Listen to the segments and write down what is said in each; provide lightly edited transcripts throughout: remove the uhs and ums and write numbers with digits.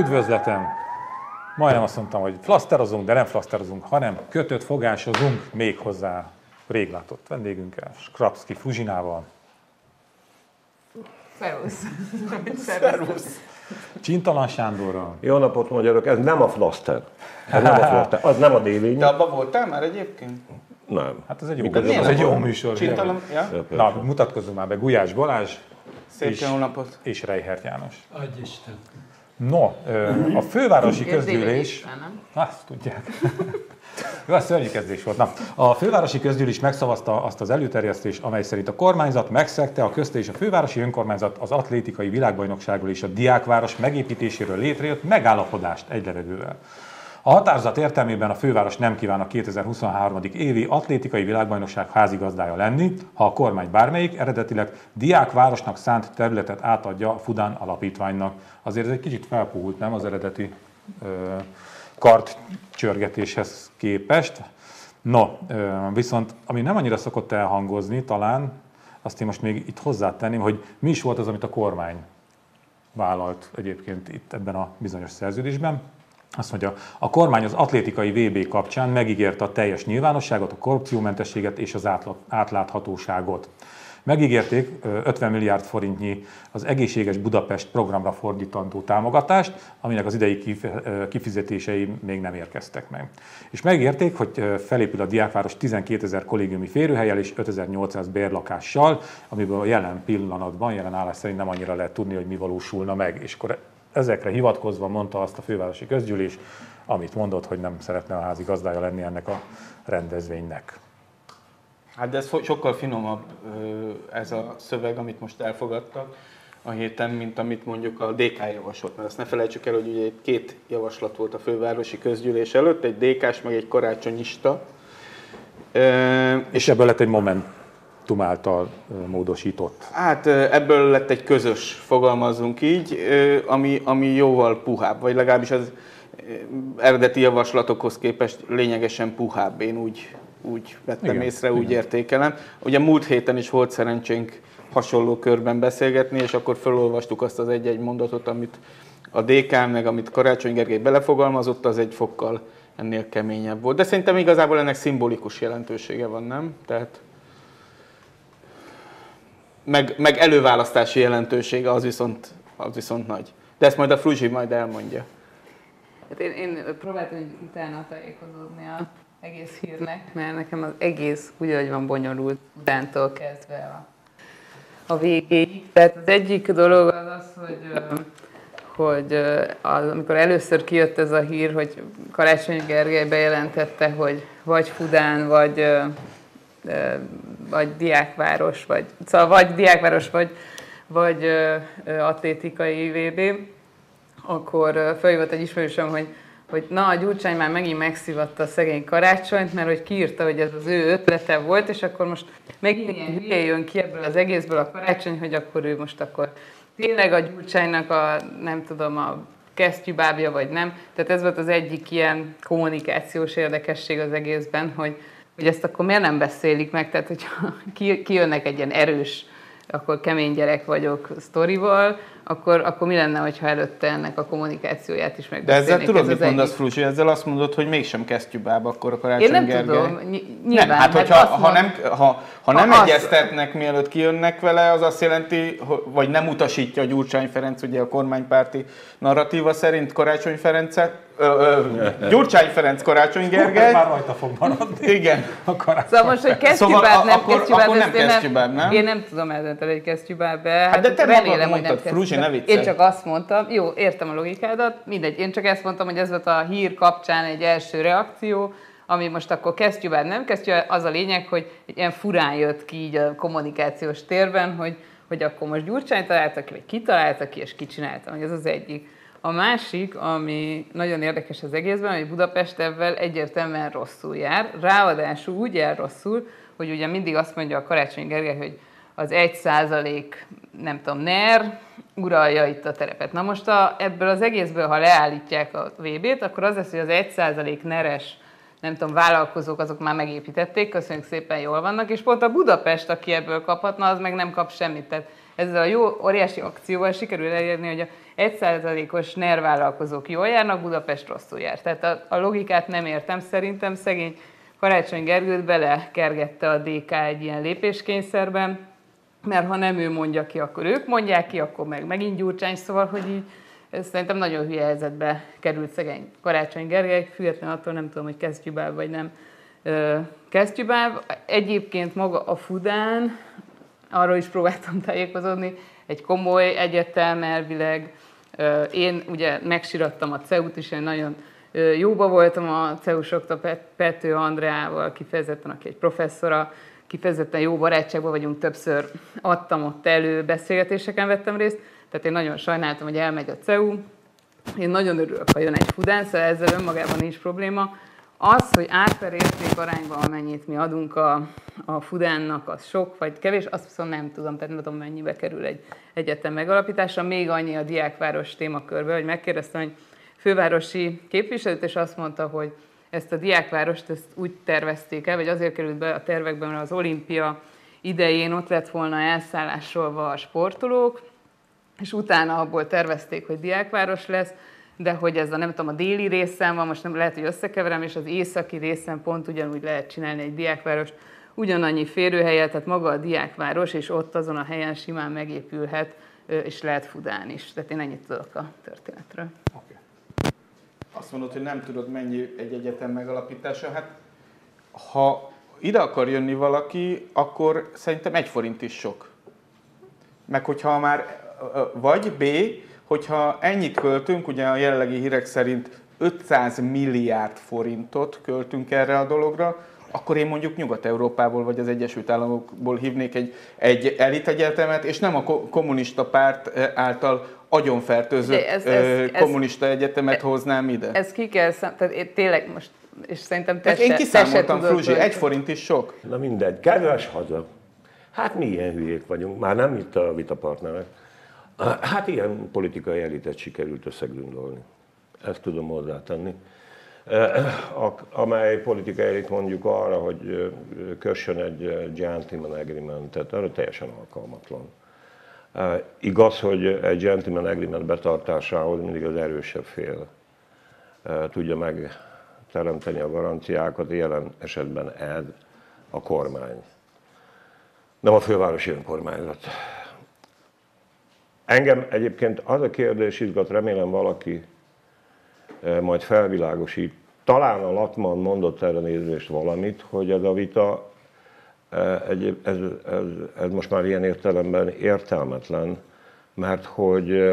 üdvözletem. Majdnem azt mondtam, hogy flaszterozunk, de nem flaszterozunk, hanem kötött fogásozunk méghozzá rég látott vendégünkkel, Skrapszky Fruzsinával. Szervusz. Szervusz. Csintalan Sándorral. Jó napot, magyarok, ez nem a flaszter. Ez nem a flaszter, az nem a dévény. De abban voltál már egyébként? Nem. Hát ez egy jó műsor. Csintalan, ja? Na, mutatkozzunk már be. Gulyás Balázs Szép jó napot. És Reichert János. Adj Isten. No, a fővárosi közgyűlés... Azt tudják. Jó, ez szörnyű kezdés volt. Na, a fővárosi közgyűlés megszavazta azt az előterjesztést, amely szerint a kormányzat megszegte a közte és a fővárosi önkormányzat az atlétikai világbajnokságról és a diákváros megépítéséről létrejött megállapodást egy levegővel. A határozat értelmében a főváros nem kíván a 2023. évi atlétikai világbajnokság házigazdája lenni, ha a kormány bármelyik eredetileg diákvárosnak szánt területet átadja a Fudán alapítványnak. Azért ez egy kicsit felpuhult, nem az eredeti kartcsörgetéshez képest. No, viszont ami nem annyira szokott elhangozni talán, azt én most még itt hozzátenném, hogy mi is volt az, amit a kormány vállalt egyébként itt ebben a bizonyos szerződésben. Azt mondja, a kormány az atlétikai VB kapcsán megígérte a teljes nyilvánosságot, a korrupciómentességet és az átláthatóságot. Megígérték 50 milliárd forintnyi az Egészséges Budapest programra fordítandó támogatást, aminek az idei kifizetései még nem érkeztek meg. És megígérték, hogy felépül a diákváros 12 000 kollégiumi férőhellyel és 5800 bérlakással, amiből a jelen pillanatban, jelen állás szerint nem annyira lehet tudni, hogy mi valósulna meg. És akkor ezekre hivatkozva mondta azt a fővárosi közgyűlés, amit mondott, hogy nem szeretne a házi gazdája lenni ennek a rendezvénynek. Hát de ez sokkal finomabb ez a szöveg, amit most elfogadtak a héten, mint amit mondjuk a DK javasolt. Mert azt ne felejtsük el, hogy ugye két javaslat volt a fővárosi közgyűlés előtt, egy DK-s meg egy karácsonyista. És ebből lett egy Momentum által módosított. Hát ebből lett egy közös, fogalmazunk így, ami jóval puhább, vagy legalábbis az eredeti javaslatokhoz képest lényegesen puhább, én úgy vettem észre, úgy értékelem. Ugye múlt héten is volt szerencsénk hasonló körben beszélgetni, és akkor felolvastuk azt az egy-egy mondatot, amit a DK, meg amit Karácsony Gergely belefogalmazott, az egy fokkal ennél keményebb volt. De szerintem igazából ennek szimbolikus jelentősége van, nem? Tehát meg előválasztási jelentősége az viszont nagy. De ezt majd a Fruzsi majd elmondja. Hát én próbáltam utána tájékozódni az egész hírnek, mert nekem az egész úgy, hogy van bonyolult, utántól kezdve a végéig. Tehát az egyik dolog az hogy amikor először kijött ez a hír, hogy Karácsony Gergely bejelentette, hogy vagy Fudán, vagy diákváros, vagy atlétikai VB, akkor följött egy ismerősöm, hogy na, a Gyurcsány már megint megszivatta a szegény Karácsonyt, mert hogy kiírta, hogy ez az ő ötlete volt, és akkor most megint ilyen hülye jön ki ebből az egészből a Karácsony, hogy akkor ő most akkor tényleg a Gyurcsánynak a, nem tudom, a kesztyűbábja, vagy nem. Tehát ez volt az egyik ilyen kommunikációs érdekesség az egészben, hogy ezt akkor miért nem beszélik meg, tehát hogyha kijönnek egy ilyen erős, akkor kemény gyerek vagyok sztorival, akkor mi lenne, hogyha előtte ennek a kommunikációját is megbeszélnék? De ezzel tudod, mit mondasz, Fruzsi? Ezzel azt mondod, hogy mégsem kesztyűbába akkor a Karácsony Gergely. Én nem tudom, nyilván. Nem, hát hogyha nem egyeztetnek, mielőtt kijönnek vele, az azt jelenti, vagy nem utasítja a Gyurcsány Ferenc, ugye a kormánypárti narratíva szerint Karácsony Ferencet, Gyurcsány Ferenc, Karácsony Gergely. Már rajta fog maradni. Igen. Szóval most, hogy kesztyűbáb, nem kesztyűbáb, akkor nem kesztyűbáb, nem? Én nem tudom eldönteni, hogy kesztyűbáb, hát de te remélem, hogy nem Fruzsi, ne viccelj. Én csak azt mondtam, jó, értem a logikádat, mindegy, én csak ezt mondtam, hogy ez volt a hír kapcsán egy első reakció, ami most akkor kesztyűbáb, nem kesztyűbáb, az a lényeg, hogy egy ilyen furán jött ki így a kommunikációs térben, hogy akkor most Gyurcsány találta ki, vagy ki találta ki, és ki csinálta, hogy ez az egyik. A másik, ami nagyon érdekes az egészben, hogy Budapest ebben egyértelműen rosszul jár, ráadásul úgy jár rosszul, hogy ugye mindig azt mondja a Karácsony Gergely, hogy az 1%, nem tudom, NER uralja itt a terepet. Na most ebből az egészből, ha leállítják a VB-t, akkor az lesz, hogy az 1% NER-es, nem tudom, vállalkozók, azok már megépítették, köszönjük szépen, jól vannak, és pont a Budapest, aki ebből kaphatna, az meg nem kap semmit. Tehát ezzel a jó óriási akcióval sikerül elérni, hogy a 1%-os NER vállalkozók jól járnak, Budapest rosszul jár. Tehát a logikát nem értem, szerintem szegény Karácsony Gergőt belekergette a DK egy ilyen lépéskényszerben, mert ha nem ő mondja ki, akkor ők mondják ki, akkor megint Gyurcsány, szóval, hogy így ez szerintem nagyon hülye helyzetbe került szegény Karácsony Gergely, függetlenül attól nem tudom, hogy kesztyűbáb vagy nem kesztyűbáb. Egyébként maga a Fudán, arról is próbáltam tájékozódni, egy komoly egyetem elvileg. Én ugye megsirattam a CEU-t is, én nagyon jóba voltam a CEU-s Pető Andreával, kifejezetten, aki egy professzora, kifejezetten jó barátságban vagyunk, többször adtam ott elő, beszélgetéseken vettem részt, tehát én nagyon sajnáltam, hogy elmegy a CEU. Én nagyon örülök, ha jön egy Fudán, szóval ezzel önmagában nincs probléma. Az, hogy ár-per érték arányban, amennyit mi adunk a Fudánnak, az sok vagy kevés, azt viszont nem tudom, tehát nem tudom, mennyibe kerül egy egyetem megalapítása. Még annyi a diákváros témakörbe, hogy megkérdeztem egy fővárosi képviselőt, és azt mondta, hogy ezt a diákvárost ezt úgy tervezték el, vagy azért került be a tervekben, mert az olimpia idején ott lett volna elszállásolva a sportolók, és utána abból tervezték, hogy diákváros lesz, de hogy ez a, nem tudom, a déli részen van, most nem lehet, hogy összekeverem, és az északi részen pont ugyanúgy lehet csinálni egy diákvárost, ugyanannyi férőhelyen, tehát maga a diákváros, és ott azon a helyen simán megépülhet, és lehet Fudán is. Tehát én ennyit tudok a történetről. Okay. Azt mondod, hogy nem tudod, mennyi egy egyetem megalapítása. Hát, ha ide akar jönni valaki, akkor szerintem 1 forint is sok. Meg hogyha már, vagy B, hogyha ennyit költünk, ugye a jelenlegi hírek szerint 500 milliárd forintot költünk erre a dologra, akkor én mondjuk Nyugat-Európából vagy az Egyesült Államokból hívnék egy elitegyetemet, és nem a kommunista párt által agyonfertőzött kommunista egyetemet hoznám ide. Ez ki kell tehát tényleg most, és szerintem én kiszámoltam, Fruzsi, 1 forint is sok. Na mindegy, kedves haza. Hát mi ilyen hülyék vagyunk, már nem itt a vitapartnerek. Hát ilyen politikai elitet sikerült összegründolni. Ezt tudom hozzátenni. Amely politikai elit mondjuk arra, hogy kössön egy gentleman agreement-et, arra teljesen alkalmatlan. Igaz, hogy egy gentleman agreement betartásához mindig az erősebb fél tudja megteremteni a garanciákat, jelen esetben ez a kormány. Nem a fővárosi önkormányzat. Engem egyébként az a kérdés izgat, remélem valaki majd felvilágosít. Talán a Latman mondott erre nézvést valamit, hogy ez a vita, ez most már ilyen értelemben értelmetlen, mert hogy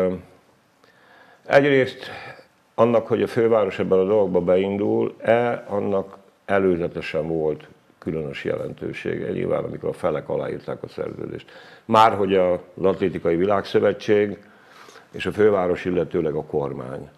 egyrészt annak, hogy a főváros ebben a dologba beindul, annak előzetesen volt különös jelentősége, nyilván amikor a felek aláírták a szerződést. Márhogy az Atlétikai Világszövetség és a főváros, illetőleg a kormány.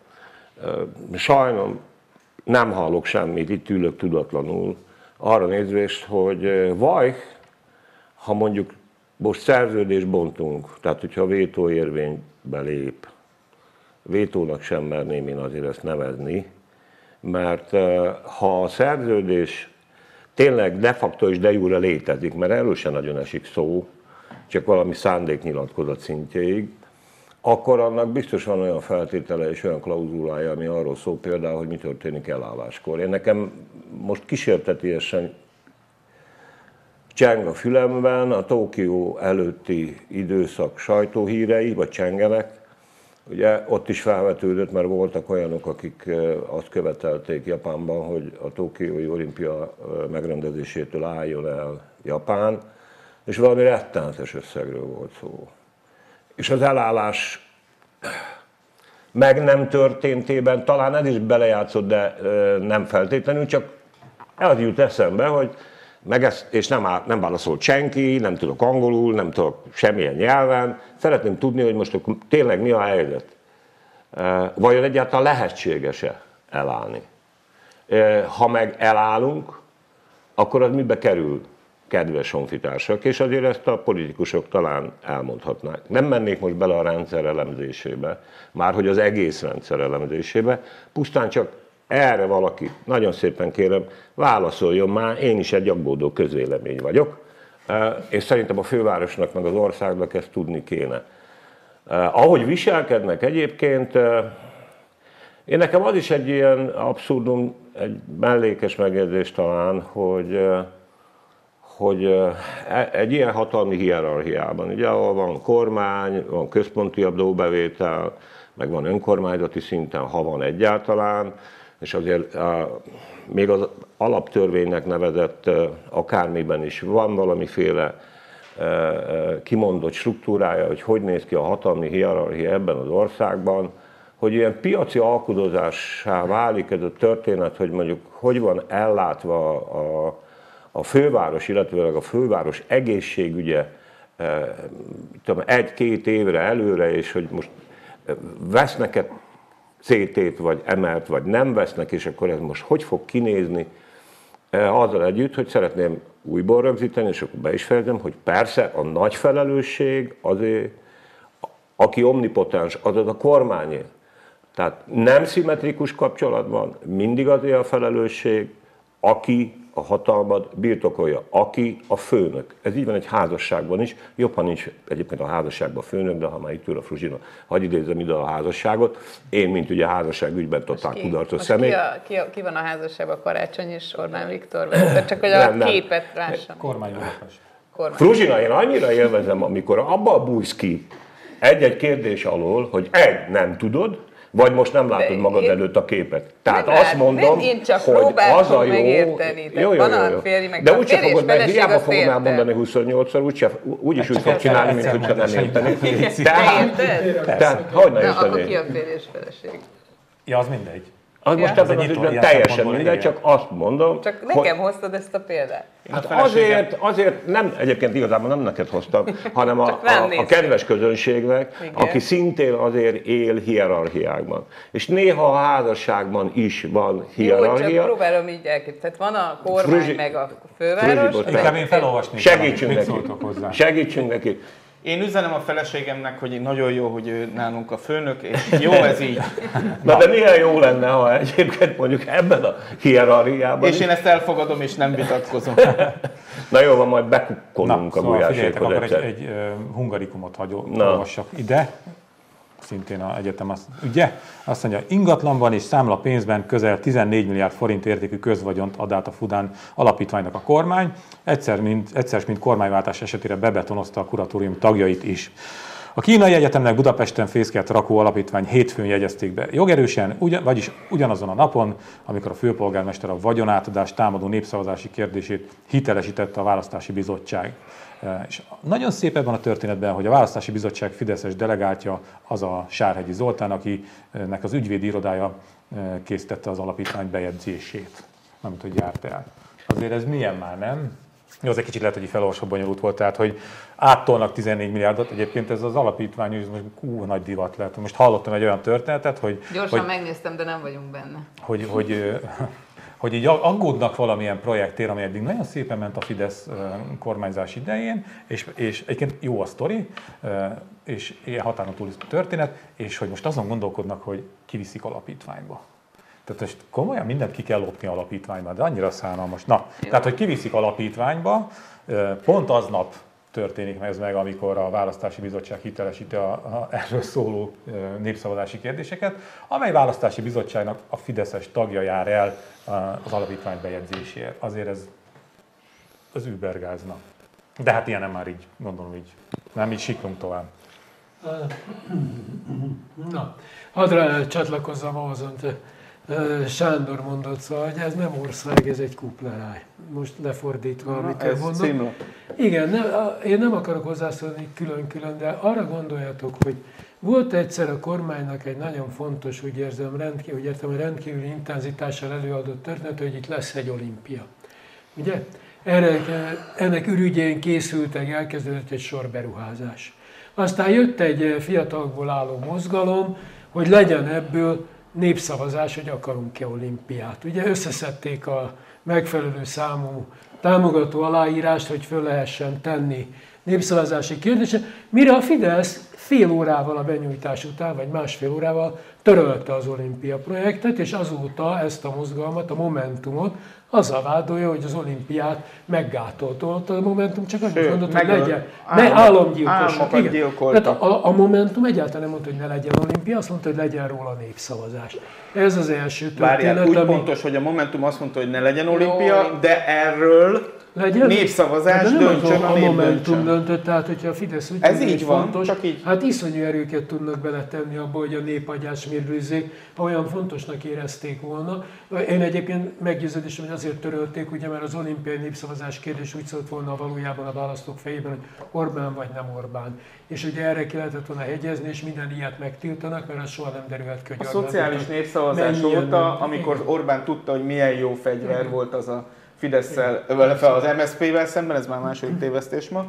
Sajnos nem hallok semmit, itt ülök tudatlanul, arra nézvést, hogy vaj, ha mondjuk most szerződést bontunk, tehát hogyha a vétó érvénybe lép, vétónak sem merném én azért ezt nevezni, mert ha a szerződés tényleg de facto és de jure létezik, mert erről sem nagyon esik szó, csak valami szándéknyilatkozat szintjéig, akkor annak biztos van olyan feltétele és olyan klauzulája, ami arról szól például, hogy mi történik elálláskor. Én nekem most kísértetiesen cseng a fülemben a Tokió előtti időszak sajtóhírei, vagy csengenek. Ugye ott is felvetődött, mert voltak olyanok, akik azt követelték Japánban, hogy a Tokiói olimpia megrendezésétől álljon el Japán, és valami rettenetes összegről volt szó. És az elállás meg nem történtében, talán ez is belejátszott, de nem feltétlenül, csak az jut eszembe, hogy és nem válaszolt senki, nem tudok angolul, nem tudok semmilyen nyelven. Szeretném tudni, hogy most tényleg mi a helyzet. Vajon egyáltalán lehetséges-e elállni? Ha meg elállunk, akkor az mibe kerül, kedves honfitársak? És azért ezt a politikusok talán elmondhatnák. Nem mennék most bele a rendszer elemzésébe, már hogy az egész rendszer elemzésébe, pusztán csak erre valaki, nagyon szépen kérem, válaszoljon már, én is egy aggódó közvélemény vagyok, és szerintem a fővárosnak meg az országnak ezt tudni kéne. Ahogy viselkednek egyébként, én nekem az is egy ilyen abszurdum, egy mellékes megjegyzés talán, hogy egy ilyen hatalmi hierarchiában, ugye, ahol van kormány, van központi adóbevétel, meg van önkormányzati szinten, ha van egyáltalán, és azért még az alaptörvénynek nevezett akármiben is van valamiféle kimondott struktúrája, hogy néz ki a hatalmi hierarchia ebben az országban, hogy ilyen piaci alkudozássá válik ez a történet, hogy mondjuk hogy van ellátva a főváros, illetve a főváros egészségügye 1-2 évre előre, és hogy most vesznek-e CT-t, vagy MR-t, vagy nem vesznek, és akkor ez most hogy fog kinézni, azzal együtt, hogy szeretném újból rögzíteni, és akkor be is fejezem, hogy persze a nagy felelősség azért, aki omnipotens, azaz a kormányé. Tehát nem szimmetrikus kapcsolatban, mindig azért a felelősség, aki a hatalmat birtokolja, aki a főnök. Ez így van egy házasságban is, jobb, ha nincs egyébként a házasságban főnök, de ha már itt ül a Fruzsina, hadd idézzem ide a házasságot. Én, mint ugye házasságügyben totál kudarcos személy. Ki van a házasságban, Karácsony és Orbán Viktor? Vagy csak hogy a képet lássam. Kormány. Fruzsina, én annyira élvezem, amikor abba bújsz ki egy-egy kérdés alól, hogy nem tudod, vagy most nem látod magad előtt a képet. Tehát azt mondom, én csak hogy az a jó... megérteni. Jó. De úgyse fogod meg, hiába fogom elmondani 28-szor, úgyis úgy fog csinálni, mint hogyha nem érteni. Tehát, hogy ne érteni? Akkor ki a férj és feleség? Ja, az mindegy. Az most ebben az ügyben teljesen mindegy, csak azt mondom... Csak nekem hoztad ezt a példát. Hát azért nem, egyébként igazából nem neked hoztam, hanem a kedves közönségnek, aki szintén azért él hierarchiákban. És néha a házasságban is van hierarchia. Jó, csak próbálom így elképzelni. Tehát van a kormány meg a főváros. Inkább én felolvasnék. Segítsünk neki. Én üzenem a feleségemnek, hogy nagyon jó, hogy ő nálunk a főnök, és jó ez így. Na de milyen jó lenne, ha egyébként mondjuk ebben a hierarchiában... És én ezt elfogadom, és nem vitatkozom. Na jó, van, majd bekukkolunk a gulyásérkhoz akkor egyszer. egy hungarikumot olvassak ide. Szintén az egyetem azt mondja, ingatlanban és számlapénzben közel 14 milliárd forint értékű közvagyont ad át a Fudán alapítványnak a kormány, egyszer mint kormányváltás esetére bebetonozta a kuratórium tagjait is. A Kínai Egyetemnek Budapesten fészkelt rakó alapítvány hétfőn jegyezték be jogerősen, vagyis ugyanazon a napon, amikor a főpolgármester a vagyonátadást támadó népszavazási kérdését hitelesítette a Választási Bizottság. És nagyon szép ebben a történetben, hogy a Választási Bizottság fideszes delegáltja az a Sárhegyi Zoltán, akinek az ügyvédi irodája készítette az alapítvány bejegyzését, amit hogy járt el. Azért ez milyen már, nem? Jó, az egy kicsit lehet, hogy felolvasva bonyolult volt, tehát hogy áttolnak 14 milliárdot, egyébként ez az alapítvány, hogy most nagy divat lett. Most hallottam egy olyan történetet, hogy... Gyorsan megnéztem, de nem vagyunk benne. Hogy így aggódnak valamilyen projektért, ami eddig nagyon szépen ment a Fidesz kormányzás idején, és egyébként jó a sztori, és ilyen határon túl történet, és hogy most azon gondolkodnak, hogy kiviszik alapítványba. Tehát most komolyan mindent ki kell lopni alapítványba, de annyira szánalmas. Na, tehát, hogy kiviszik alapítványba, pont aznap történik ez meg, amikor a Választási Bizottság hitelesíti erről szóló népszavazási kérdéseket, amely Választási Bizottságnak a fideszes tagja jár el az alapítvány bejegyzéséért. Azért ez az übergázna. De hát ilyen nem már így, gondolom így. Nem így siklunk tovább. Na, hadd csatlakozzam ahhoz, amit Sándor mondott, szóval, hogy ez nem ország, ez egy kupleráj. Most lefordítva, amit ő mondott. Címlap. Igen, én nem akarok hozzászólni külön-külön, de arra gondoljatok, hogy volt egyszer a kormánynak egy nagyon fontos, úgy értem, rendkívüli intenzitással előadott történet, hogy itt lesz egy olimpia. Ugye? Ennek ürügyén készültek, elkezdődött egy sor beruházás. Aztán jött egy fiatalokból álló mozgalom, hogy legyen ebből népszavazás, hogy akarunk-e olimpiát. Ugye összeszedték a megfelelő számú támogató aláírást, hogy föl lehessen tenni népszavazási kérdése, mire a Fidesz fél órával a benyújtás után, vagy másfél órával törölte az olimpia projektet, és azóta ezt a mozgalmat, a Momentumot azzal vádolja, hogy az olimpiát meggátolta. A Momentum csak annyit mondott, hogy legyen. Államgyilkosság. A Momentum egyáltalán nem mondta, hogy ne legyen olimpia, azt mondta, hogy legyen róla népszavazás. Ez az első történet. Várjál, úgy pontos, hogy a Momentum azt mondta, hogy ne legyen olimpia, de erről legyen népszavazás, döntsön a Momentum döntött, tehát hogyha a Fidesz úgy ez így van, fontos, csak így. Hát iszonyú erőket tudnak beletenni abba, hogy a népagyát smirglizzék, ha olyan fontosnak érezték volna. Én egyébként meggyőződésem, hogy azért törölték, ugye, mert az olimpiai népszavazás kérdés úgy szólt volna valójában a választók fejében, hogy Orbán vagy nem Orbán. És ugye erre ki lehetett volna hegyezni, és minden ilyet megtiltanak, mert az soha nem derülhet ki. A szociális népszavazás óta, amikor Orbán tudta, hogy milyen jó fegyver volt az a Fidesz-szel, az MSZP-vel szemben, ez már második tévesztés ma,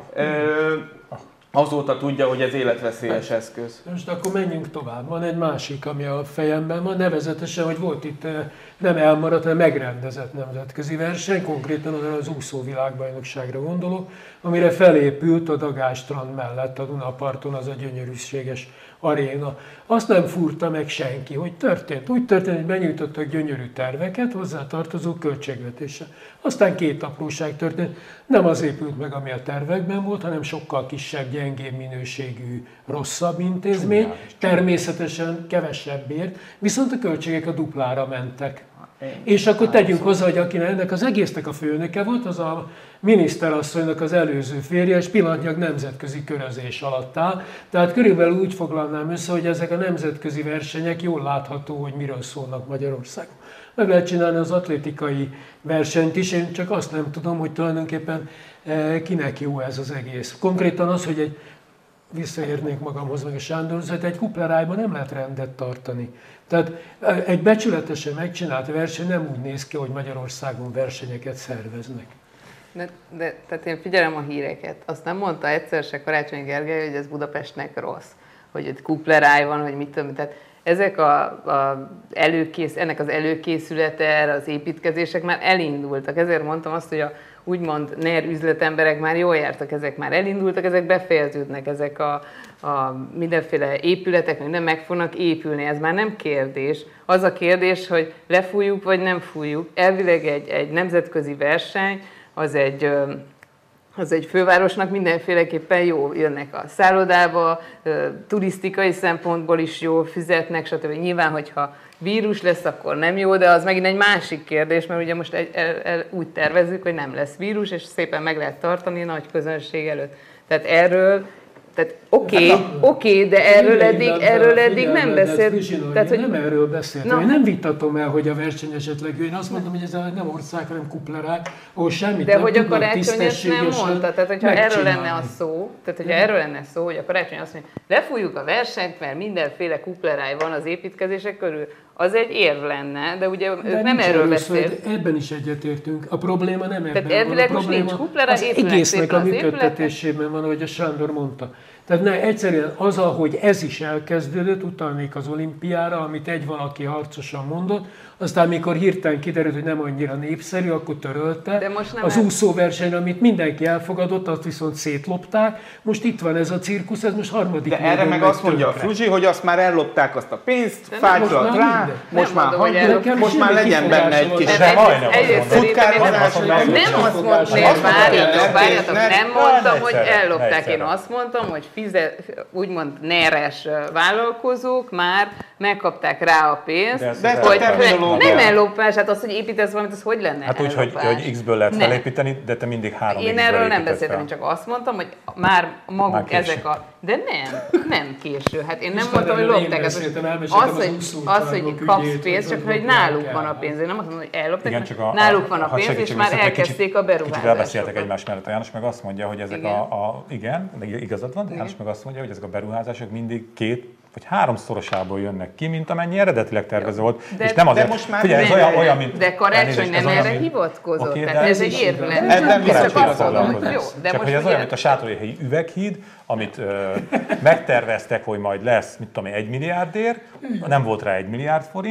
azóta tudja, hogy ez életveszélyes eszköz. Most akkor menjünk tovább. Van egy másik, ami a fejemben van, nevezetesen, hogy volt itt nem elmaradt, hanem megrendezett nemzetközi verseny, konkrétan az úszó világbajnokságra gondolok, amire felépült a Dagástrand mellett a Dunaparton az a gyönyörűséges aréna. Azt nem fúrta meg senki, hogy történt. Úgy történt, hogy benyújtottak gyönyörű terveket, hozzátartozó költségvetéssel. Aztán két apróság történt. Nem az épült meg, ami a tervekben volt, hanem sokkal kisebb, gyengébb minőségű, rosszabb intézmény. Természetesen kevesebbért, viszont a költségek a duplára mentek. És akkor tegyünk hozzá, hogy aki ennek az egésznek a főnöke volt, az a miniszterasszonynak az előző férje, és pillanatnyilag nemzetközi körözés alatt áll. Tehát körülbelül úgy foglalnám össze, hogy ezek a nemzetközi versenyek jól látható, hogy miről szólnak Magyarországon. Meg lehet csinálni az atlétikai versenyt is, én csak azt nem tudom, hogy tulajdonképpen kinek jó ez az egész. Konkrétan az, hogy visszaérnék magamhoz, meg a Sándorhoz, hogy egy kuplerájban nem lehet rendet tartani. Tehát egy becsületesen megcsinált verseny nem úgy néz ki, hogy Magyarországon versenyeket szerveznek. Tehát én figyelem a híreket. Azt nem mondta egyszer se Karácsony Gergely, hogy ez Budapestnek rossz, hogy egy kupleráj van, hogy mit tudom. Tehát ezek ennek az előkészülete erre, az építkezések már elindultak. Ezért mondtam azt, hogy a úgymond NER üzletemberek már jól jártak, ezek már elindultak, ezek befejeződnek, ezek a mindenféle épületek minden meg fognak épülni, ez már nem kérdés. Az a kérdés, hogy lefújjuk vagy nem fújjuk. Elvileg egy nemzetközi verseny, az egy fővárosnak mindenféleképpen jó, jönnek a szállodába, turisztikai szempontból is jól fizetnek, stb. Nyilván, hogyha vírus lesz, akkor nem jó, de az megint egy másik kérdés, mert ugye most úgy tervezzük, hogy nem lesz vírus, és szépen meg lehet tartani nagy közönség előtt. Tehát erről, oké, de erről eddig nem beszélt. Tehát, hogy nem erről beszéltem. Én nem vitatom el, hogy a verseny esetleg, én azt mondom, hogy ez nem ország, hanem kuplerák, ahol semmit de nem hogy tudnak a Karácsony ezt nem mondta, tehát hogyha erről lenne szó, hogy a Karácsony azt mondja, lefújjuk a versenyt, mert mindenféle kupleráj van az építkezések körül, az egy érv lenne, de ugye ők nem erről beszélt. Ebben is egyetértünk. A probléma nem ebben van. Tehát a probléma az egésznek a működtetésében van, ahogy a Sándor mondta. Tehát egyszerűen az, ahogy ez is elkezdődött, utalnék az olimpiára, amit egy valaki harcosan mondott, aztán mikor hirtelen kiderült, hogy nem annyira népszerű, akkor törölte. Az úszóverseny, amit mindenki elfogadott, azt viszont szétlopták. Most itt van ez a cirkusz, ez most harmadik. De erre meg azt mondja a Fruzsi, hogy azt már ellopták azt a pénzt, fájtlat rá, most már legyen benne egy kis futkározás. Nem azt mondtam, várjatok, nem mondtam, hogy ellopták. Én azt mondtam, hogy úgymond NER-es vállalkozók már megkapták rá a pénzt. Nem ellopás, hát az, hogy építesz valamit, az hogy lenne hát úgy, hogy X-ből lehet felépíteni, de te mindig 3 Én erről nem beszéltem, én csak azt mondtam, hogy már maguk ezek a... De nem késő. Hát én nem mondtam, hogy lopták. Az, hogy kapsz pénzt, csak hogy náluk van a pénz. Én nem azt mondom, hogy ellopták, náluk van a pénz, és már elkezdték a beruházást. Kicsit elbeszéltek egymás mellett. A János meg azt mondja, hogy ezek igen, igazad van, János meg azt mondja, hogy ezek a beruházások mindig 2 vagy 3-szorosából jönnek ki, mint amennyi eredetileg tervező volt. És nem azért, most már figyelj, ez olyan, mint... De Karácsony nem erre hivatkozott, tehát ez egy érv lenne. Ebben csak hogy ez olyan, mint a Sátorhelyi üveghíd, amit megterveztek, hogy majd lesz, mit tudom én, 1 milliárdért, nem volt rá 1 milliárd forint,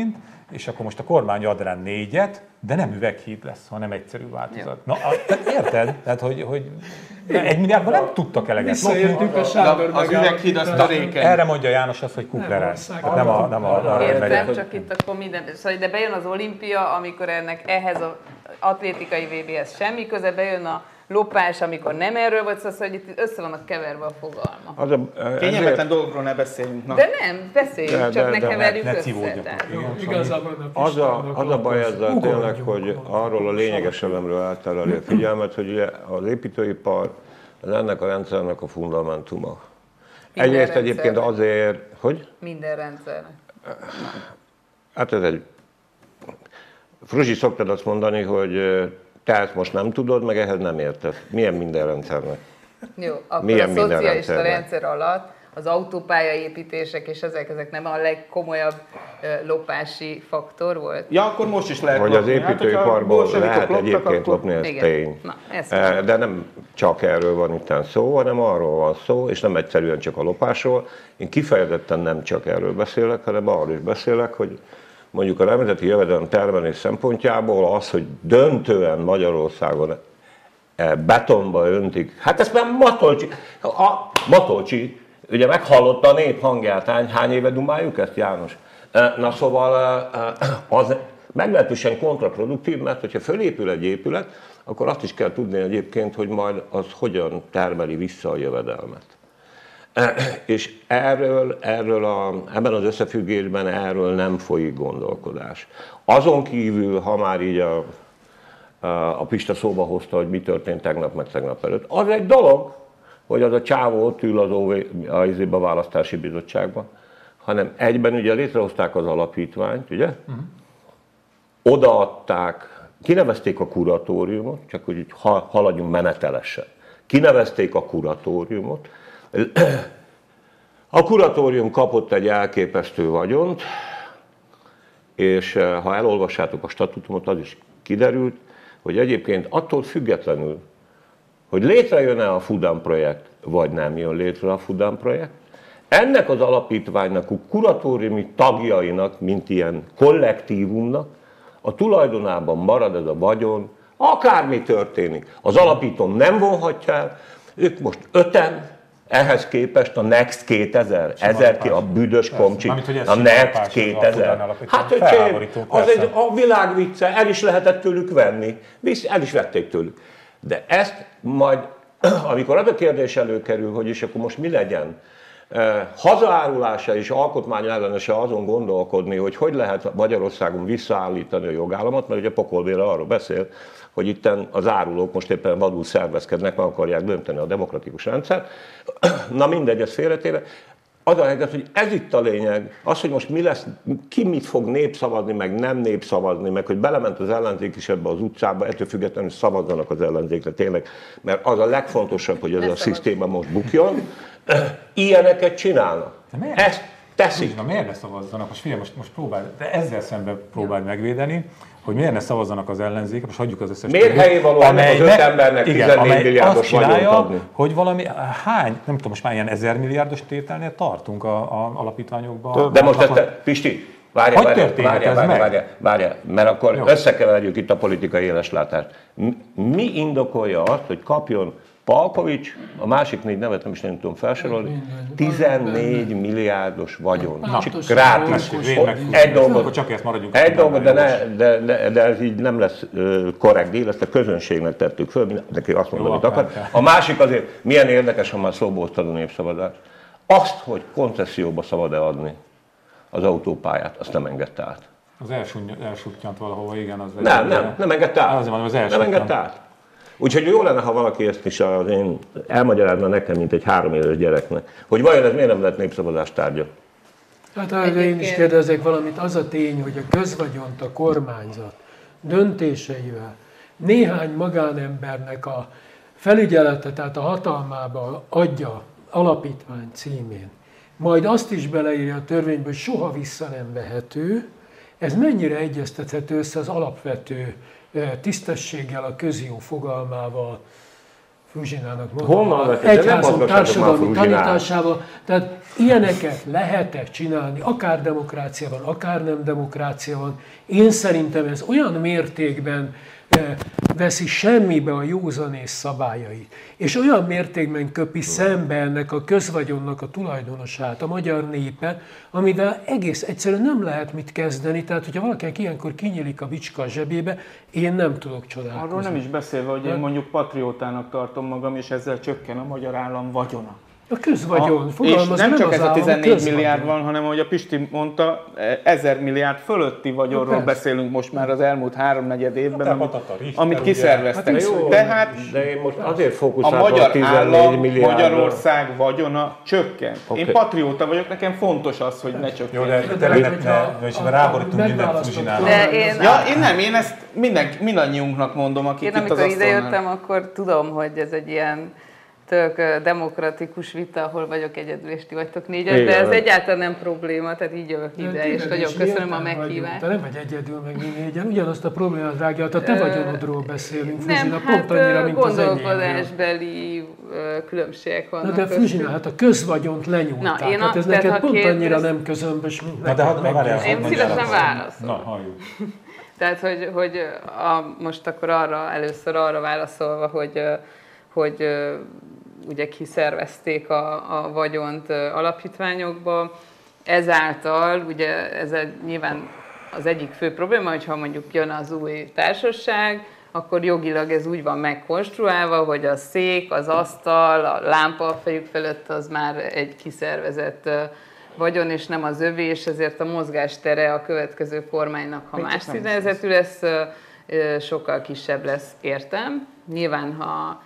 és akkor most a kormány ad rá 4-et, de nem üveghíd lesz, hanem egyszerű változat. Na, érted? Tehát, hogy 1 milliárdban nem tudtak eleget. Visszaértünk a Sándor Az üveghíd az törékeny. Erre mondja János azt, hogy kuklerás. Nem a Értem, csak itt akkor minden... Szóval de bejön az olimpia, amikor ehhez az atlétikai VB-hez semmi köze, bejön a lopás, amikor nem erről volt szó, hogy itt össze vannak keverve a fogalmak. Kényelmetlen dolgokról ne beszéljünk. Na. De nem, beszéljünk, csak ne keverjük össze. Igazából Az a baj ezzel tényleg, hogy arról a lényeges elemről eltereli a figyelmet, hogy ugye az építőipar az ennek a rendszernek a fundamentuma. Egyrészt egyébként azért, hogy? Minden rendszernek. Hát ez egy... Fruzsi, szoktad azt mondani, hogy te ezt most nem tudod, meg ehhez nem értesz. Milyen minden rendszernek? Jó, akkor milyen a szocialista rendszer alatt az autópályaépítések és ezek nem a legkomolyabb lopási faktor volt? Ja, akkor most is lehet hogy lopni. az építőiparból lehet egyébként lopni, ez igen. tény. Na, de nem csak erről van itt szó, hanem arról van szó, és nem egyszerűen csak a lopásról. Én kifejezetten nem csak erről beszélek, hanem arról is beszélek, hogy mondjuk a nemzeti jövedelem termelés szempontjából az, hogy döntően Magyarországon betonba öntik, hát ezt már Matolcsi, ugye meghallotta a nép hangját, hány éve dumáljuk ezt, János? Na szóval az meglehetősen kontraproduktív, mert hogyha fölépül egy épület, akkor azt is kell tudni egyébként, hogy majd az hogyan termeli vissza a jövedelmet. És ebben az összefüggésben erről nem folyik gondolkodás. Azon kívül, ha már így a Pista szóba hozta, hogy mi történt tegnap meg tegnap előtt, az egy dolog, hogy az a csávó ott ül a választási bizottságban, hanem egyben ugye létrehozták az alapítványt, ugye? Odaadták, kinevezték a kuratóriumot, csak hogy haladjunk menetelesen. Kinevezték a kuratóriumot, a kuratórium kapott egy elképesztő vagyont, és ha elolvassátok a statutumot, az is kiderült, hogy egyébként attól függetlenül, hogy létrejön-e a Fudan projekt, vagy nem jön létre a Fudan projekt, ennek az alapítványnak, a kuratóriumi tagjainak, mint ilyen kollektívumnak, a tulajdonában marad ez a vagyon, akármi történik. Az alapító nem vonhatja el, ők most 5-en, ehhez képest a Next 2000, a büdös komcsi, a Next 2000. Hát öcsém, az a világ vicce, el is lehetett tőlük venni, el is vették tőlük. De ezt majd, amikor az a kérdés előkerül, hogy és akkor most mi legyen, hazaárulása és alkotmányellenese azon gondolkodni, hogy lehet Magyarországon visszaállítani a jogállamot, mert ugye Pokolvéra arról beszél, hogy itt az árulók most éppen vadul szervezkednek, meg akarják dönteni a demokratikus rendszer. Na mindegy, ez félretéve. Az a helyzet, hogy ez itt a lényeg, az, hogy most mi lesz, ki mit fog népszavazni, meg nem népszavazni, meg hogy belement az ellenzék is ebbe az utcába, ettől függetlenül szavazzanak az ellenzékre tényleg, mert az a legfontosabb, hogy ez a szisztéma most bukjon. Ilyeneket csinálnak. Ezt teszik. Na miért ne szavazzanak? Most figyelj, most próbálj, de ezzel szemben próbálj megvédeni, hogy miért ne szavazzanak az ellenzékre, most hagyjuk az összes miért helyén való ennek az 5 embernek 14 milliárdos vagyont adni? Hogy valami, nem tudom, most már ilyen 1000 milliárdos tételnél tartunk a alapítványokban. De most ezt, Pisti, várjál, mert akkor összekeverjük itt a politikai éleslátást. Mi indokolja azt, hogy kapjon Palkovics, a másik 4 nevet nem is nem tudom felsorolni, 14 milliárdos vagyon. Gratis. Egy dolgot, de ez így nem lesz korrekt díl, ezt a közönségnek tettük föl, mindenki azt mondta, amit akar. A másik azért, milyen érdekes, ha már szóba hoztad a népszavazás. Azt, hogy koncesszióba szabad-e adni az autópályát, azt nem engedte át. Az elsúttyant valahova, igen. Az nem engedte át. Azért mondom, az nem engedte át. Úgyhogy jó lenne, ha valaki ezt is elmagyarázna nekem, mint egy 3 éves gyereknek, hogy vajon ez miért nem lett népszavazás tárgya? Hát erre én is kérdezek valamit. Az a tény, hogy a közvagyont a kormányzat döntéseivel néhány magánembernek a felügyelete, tehát a hatalmába adja alapítvány címén, majd azt is beleírja a törvénybe, hogy soha vissza nem vehető, ez mennyire egyeztethető össze az alapvető tisztességgel, a közjó fogalmával? Fruzsinának mondom, Honnan veszed? De nem egyházam mozgassatok társadalmi már Fruzsinát. tanításával. Tehát ilyeneket lehet csinálni, akár demokrácia van, akár nem demokrácia van. Én szerintem ez olyan mértékben veszi semmibe a józanész szabályait, és olyan mértékben köpi szembe ennek a közvagyonnak a tulajdonosát, a magyar népet, amivel egész egyszerűen nem lehet mit kezdeni. Tehát, hogyha valakinek ilyenkor kinyílik a bicska a zsebébe, én nem tudok csodálkozni. Arról nem is beszélve, hogy én mondjuk patriótának tartom magam, és ezzel csökken a magyar állam vagyona. A közvagyon, És fogalmaz, nem csak ez a állam, 14 milliárd közvagyon. van, hanem ahogy a Pisti mondta, 1000 milliárd fölötti vagyonról persze. beszélünk most már az elmúlt 3-4 évben, amit ugye. kiszerveztek. Hát Jó, Tehát de én most azért a fókuszáltam a magyar 14 állam, milliárdra. Magyarország vagyona csökken. Oké. Én patrióta vagyok, nekem fontos az, hogy ne Jó, csökken. de te lehetne, és ráborítunk mindent Fruzsinára. De Én nem, én ezt mindannyiunknak mondom, akik Én itt az amikor asztalnál. idejöttem, akkor tudom, hogy ez egy ilyen tök demokratikus vita, ahol vagyok egyedül, és ti vagytok négyen, de Igen. ez egyáltalán nem probléma, tehát így jövök ide, és nagyon köszönöm a meghívást. Te nem vagy egyedül, meg mi négyen. Ugyanazt a problémát, drága, a te vagyonodról beszélünk, Fruzsina, Nem, pont annyira, hát mint az enyémről. gondolkodásbeli különbségek Na vannak. de Fruzsina, hát a közvagyont lenyúlták. Na, én Hát ez tehát neked ha pont annyira kérdez- nem közömbös, mint Na de neked. hadd várjál, Én hadd mondjál szívesen akkor. válaszolok. Na, halljuk. Tehát, hogy most akkor először arra válaszolva, hogy ugye kiszervezték a vagyont alapítványokba, ezáltal ugye ez nyilván az egyik fő probléma, hogyha mondjuk jön az új társaság, akkor jogilag ez úgy van megkonstruálva, hogy a szék, az asztal, a lámpa a fejük fölött az már egy kiszervezett vagyon, és nem az övé, és ezért a mozgástere a következő kormánynak, ha más színezetű lesz, sokkal kisebb lesz, értem. Nyilván, ha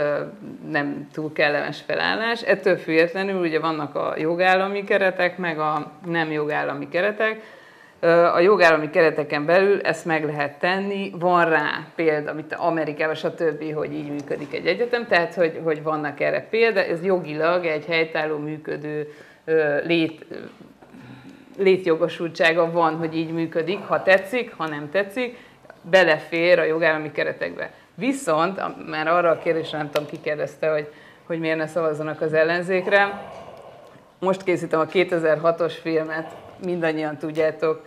nem túl kellemes felállás. Ettől függetlenül ugye vannak a jogállami keretek, meg a nem jogállami keretek. A jogállami kereteken belül ezt meg lehet tenni, van rá példa, mint Amerikában, stb., hogy így működik egy egyetem, tehát hogy vannak erre példa, ez jogilag egy helytálló működő létjogosultsága van, hogy így működik, ha tetszik, ha nem tetszik, belefér a jogállami keretekbe. Viszont, már arra a kérdésre nem tudom, ki kérdezte, hogy miért ne szavazzanak az ellenzékre. Most készítem a 2006-os filmet, mindannyian tudjátok,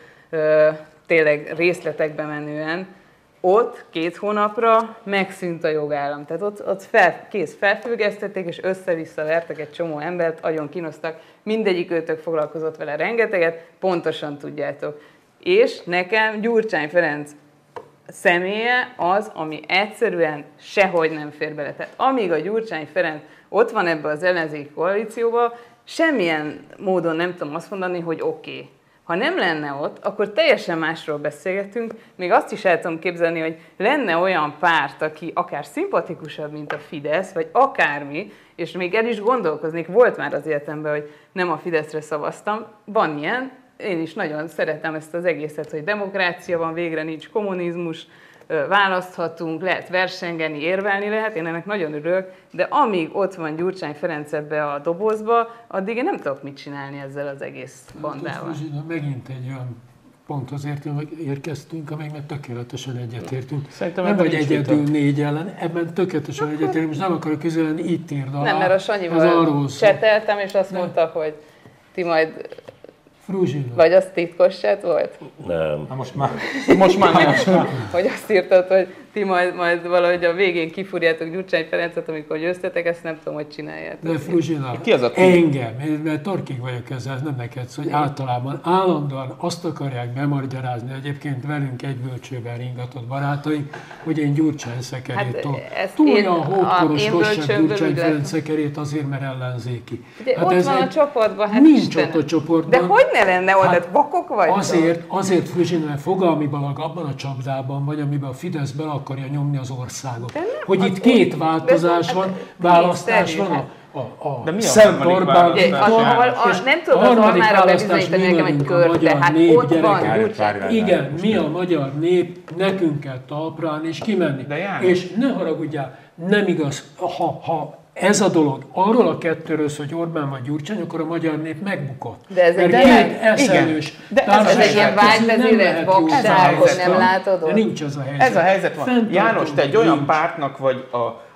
tényleg részletekbe menően. Ott 2 hónapra megszűnt a jogállam. Tehát ott kész felfüggesztették, és össze-vissza vertek egy csomó embert, agyon kínoztak. Mindegyik őtök foglalkozott vele rengeteget, pontosan tudjátok. És nekem Gyurcsány Ferenc személye az, ami egyszerűen sehogy nem fér bele. Tehát amíg a Gyurcsány Ferenc ott van ebbe az ellenzéki koalícióba, semmilyen módon nem tudom azt mondani, hogy oké. Ha nem lenne ott, akkor teljesen másról beszélgetünk. Még azt is el tudom képzelni, hogy lenne olyan párt, aki akár szimpatikusabb, mint a Fidesz, vagy akármi, és még el is gondolkoznék, volt már az életemben, hogy nem a Fideszre szavaztam, van ilyen. Én is nagyon szeretem ezt az egészet, hogy demokrácia van, végre nincs kommunizmus, választhatunk, lehet versengeni, érvelni lehet, én ennek nagyon örülök, de amíg ott van Gyurcsány Ferenc ebbe a dobozba, addig én nem tudok mit csinálni ezzel az egész bandával. Hát, megint egy olyan ponthoz érkeztünk, amelyben tökéletesen egyetértünk. Szerintem Nem ebben vagy nincs egyedül vita. 4 ellen, ebben tökéletesen egyetértünk, most nem akarok közölni, itt írd alá. Nem, mert a Sanyival cseteltem, és azt mondta, hogy ti majd... Fruzsina. Vagy az titkos chat volt? Nem. Na most már. Most már nem. Hogy azt írtad, hogy ti majd valahogy a végén kifúrjátok Gyurcsány Ferencet, amikor győztetek, ezt nem tudom, hogy csináljátok. De Fruzsina, Ki az a ti? engem, mert torkig vagyok ezzel, ez nem neked szó, hogy általában állandóan azt akarják bemagyarázni, egyébként velünk egy bölcsőben ringatott barátaink, hogy én Gyurcsány szekerét túl a hódkoros hosszabb Gyurcsány Ferenc szekerét azért, mert ellenzéki. Ugye, ott van a csoportban, hát nincs Istenem. ott a csoportban. De hogy ne lenne ott, hát vakok vagytok? Azért Fruzsina, mert fogalmibalag abban a csapdában vagy, amiben a Fidesz bele akarja nyomni az országot. Hogy itt 2 változás van, választás van, De mi a Szent harmadik Orbán választás? Nem tudom az Almára bebizonyítani nekem egy kört, de hát ott van Gyurcsány. Igen, mi a magyar nép, nekünk kell talpra állni és kimenni. De János. És ne haragudjál, nem igaz, ha ez a dolog arról a kettőről, hogy Orbán vagy Gyurcsány, akkor a magyar nép megbukott. De ez egy Mert ilyen- két eszelős De ez Ez egy ilyen vágyvezérelt vakság, hogy nem látod de ott? nincs ez a helyzet. Ez a helyzet van. Fenntartó János, te egy olyan nincs. pártnak vagy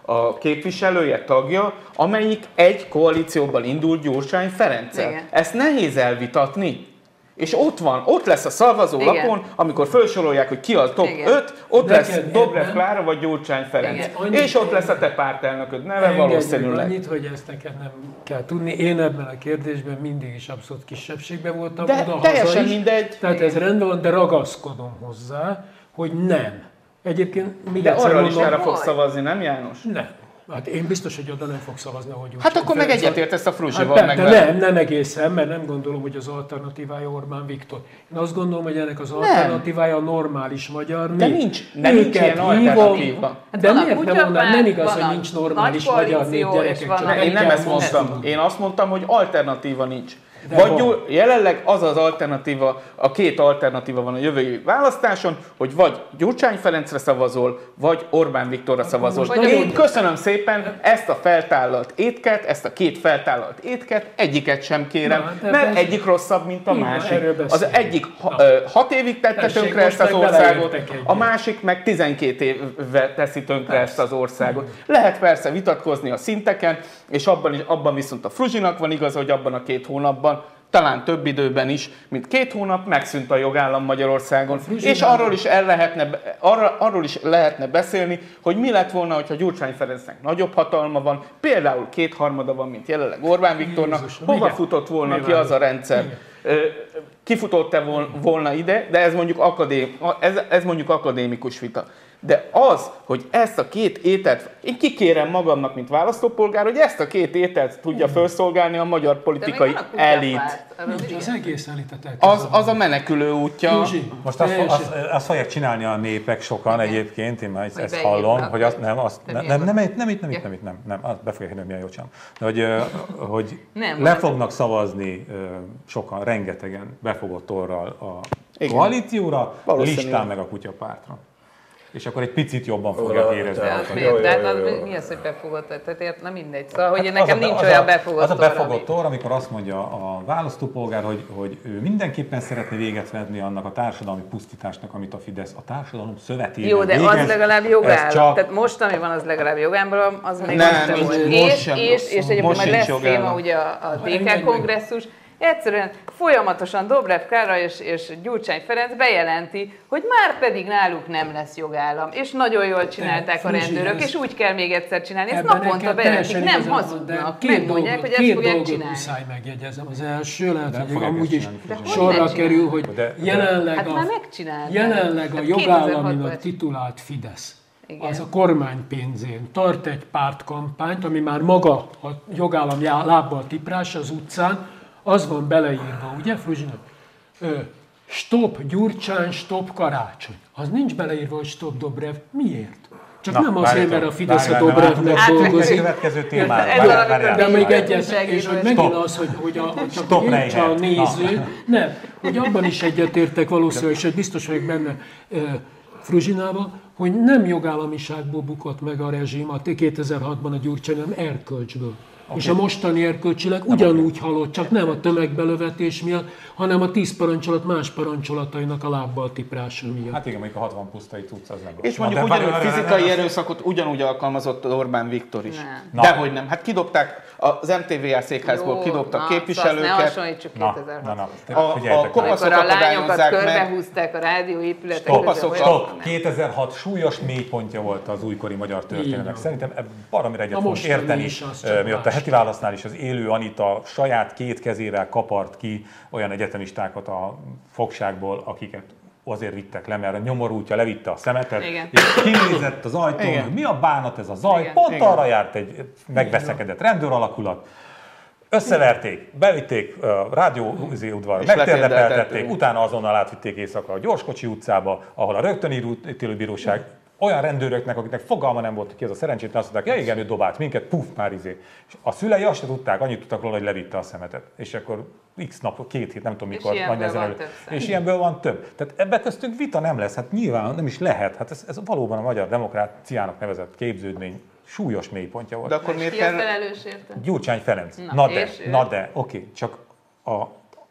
a képviselője, tagja, amelyik egy koalícióban indult Gyurcsány Ferenccel. Igen. Ezt nehéz elvitatni. És ott lesz a szavazólapon, amikor felsorolják, hogy ki a top 5, ott lesz Dobrev Klára vagy Gyurcsány Ferenc. És ott lesz a te pártelnököd neve valószínűleg. Annyit, hogy ezt neked nem kell tudni. Én ebben a kérdésben mindig is abszolút kisebbségben voltam. De teljesen mindegy. Tehát ez rendben van, de ragaszkodom hozzá, hogy nem. Egyébként még de egyszer arra mondom, listára fogsz szavazni, nem János? Nem. Hát én biztos, hogy oda nem fog szavazni, ahogy úgy. Hát akkor meg egyetértesz a Fruzsival, meg de nem egészen, mert nem gondolom, hogy az alternatívája Orbán Viktor. Én azt gondolom, hogy ennek az alternatívája a normális magyar nép. De nincs ilyen alternatíva. De miért nem mondanám? Nem igaz, hogy nincs normális magyar nép, gyerekek. Én nem ezt mondtam. Én azt mondtam, hogy alternatíva nincs. Vagy jelenleg az alternatíva, a két alternatíva van a jövő évi választáson, hogy vagy Gyurcsány Ferencre szavazol, vagy Orbán Viktorra szavazol. Én köszönöm szépen ezt a feltállalt étket, ezt a két feltállalt étket, egyiket sem kérem, mert egyik rosszabb, mint a másik. Az egyik 6 évig tette tönkre ezt az országot, a másik meg 12 évvel teszi tönkre ezt az országot. Lehet persze vitatkozni a szinteken, és abban viszont a Fruzsinak van igaz, hogy abban a 2 hónapban, talán több időben is, mint 2 hónap megszűnt a jogállam Magyarországon. És arról is lehetne beszélni, hogy mi lett volna, hogyha Gyurcsány Ferencnek nagyobb hatalma van, például 2/3 van, mint jelenleg Orbán Viktornak, hova futott volna ki az a rendszer? Kifutott-e volna ide, de ez mondjuk akadémikus vita. De az, hogy ezt a 2 ételt, én kikérem magamnak, mint választópolgár, hogy ezt a 2 ételt tudja felszolgálni a magyar politikai elit. Az egész elitet az a menekülő útja. Most azt fogják csinálni a népek sokan egyébként, én már ezt hallom, hogy nem, be fogják hinni, milyen jó csinálom. De hogy le fognak szavazni sokan, rengetegen befogott orral a koalícióra, listán meg a kutyapártra. És akkor egy picit jobban fogják érezni. De hát mi az, hogy befogott? Tehát nem mindegy. Szóval, hogy nekem nincs olyan befogott orr. Az a befogott orr, amikor azt mondja a választópolgár, hogy ő mindenképpen szeretne véget venni annak a társadalmi pusztításnak, amit a Fidesz a társadalom szövetében jó, de végez, az legalább jogállam. Csak... Tehát most, ami van, az legalább jogállam, az még nem volt. És egyébként majd lesz téma ugye a DK kongresszus. Egyszerűen folyamatosan Dobrev Klára és Gyurcsány Ferenc bejelenti, hogy már pedig náluk nem lesz jogállam, és nagyon jól csinálták a rendőrök, és úgy kell még egyszer csinálni. Ezt naponta bejelentik, nem hazudnak, megmondják, hogy ezt fogják csinálni. Muszáj megjegyezem. Az első lehet, hogy amúgy is sorra kerül, hogy jelenleg a jogállaminak titulált Fidesz. Igen. Az a kormány pénzén tart egy pártkampányt, ami már maga a jogállam lábbal tiprás az utcán, az van beleírva, ugye, Fruzsinak? Stop Gyurcsány, stop Karácsony. Az nincs beleírva, hogy stop Dobrev. Miért? Csak nem azért, mert a Fidesz a Dobrevnek dolgozik. Következő témára. De még egyet, és hogy megint az, hogy csak értse a néző. Nem, hogy abban is egyetértek valószínűleg, és biztos vagyok benne Fruzsinával, hogy nem jogállamiságból bukott meg a rezsim a 2006-ban a Gyurcsány, hanem erkölcsből. Okay. És a mostani erkölcsileg ugyanúgy halott, csak nem a tömegbelövetés miatt, hanem a 10 parancsolat más parancsolatainak a lábbal tiprása miatt. Hát igen, mondjuk a 60 pusztai tudsz, az nem. És mondjuk ugyanúgy fizikai erőszakot ugyanúgy alkalmazott Orbán Viktor is. Dehogy nem. Hát kidobták az MTVA székházból, kidobtak képviselőket. Ne hasonlítsuk 2006-hoz. A kopaszok a lányokat körbehúzták a rádióépületek között. Stop! 2006 súlyos mélypontja volt az újkori magyar történetnek. Szerintem baromira egyet fogunk érteni, miatt a heti válasznál is az élő Anita saját 2 kezével kapart ki olyan egyetemistákat a fogságból, akiket azért vittek le, mert a nyomorútja levitte a szemetet, és kinézett az ajtón, hogy mi a bánat ez a zaj, pont arra járt egy megveszekedett rendőr alakulat. Összeverték, bevitték rádióudvarra, megtérdepeltették, utána azonnal átvitték éjszaka a Gyorskocsi utcába, ahol a rögtönítélőbíróság olyan rendőröknek, akiknek fogalma nem volt, ki az a szerencsétlen, azt mondták, ja igen, ő dobált minket, puff, már izé. És a szülei azt se tudták, annyit tudtak róla, hogy levitte a szemetet. És akkor x nap, 2 hét, nem tudom mikor, majd ezen előtt. És ilyenből van több. Tehát ebben köztünk vita nem lesz, hát nyilván nem is lehet. Hát ez valóban a magyar demokráciának nevezett képződmény súlyos mélypontja volt. De akkor miért kell... felelős érte? Gyurcsány Ferenc. Na de, oké, csak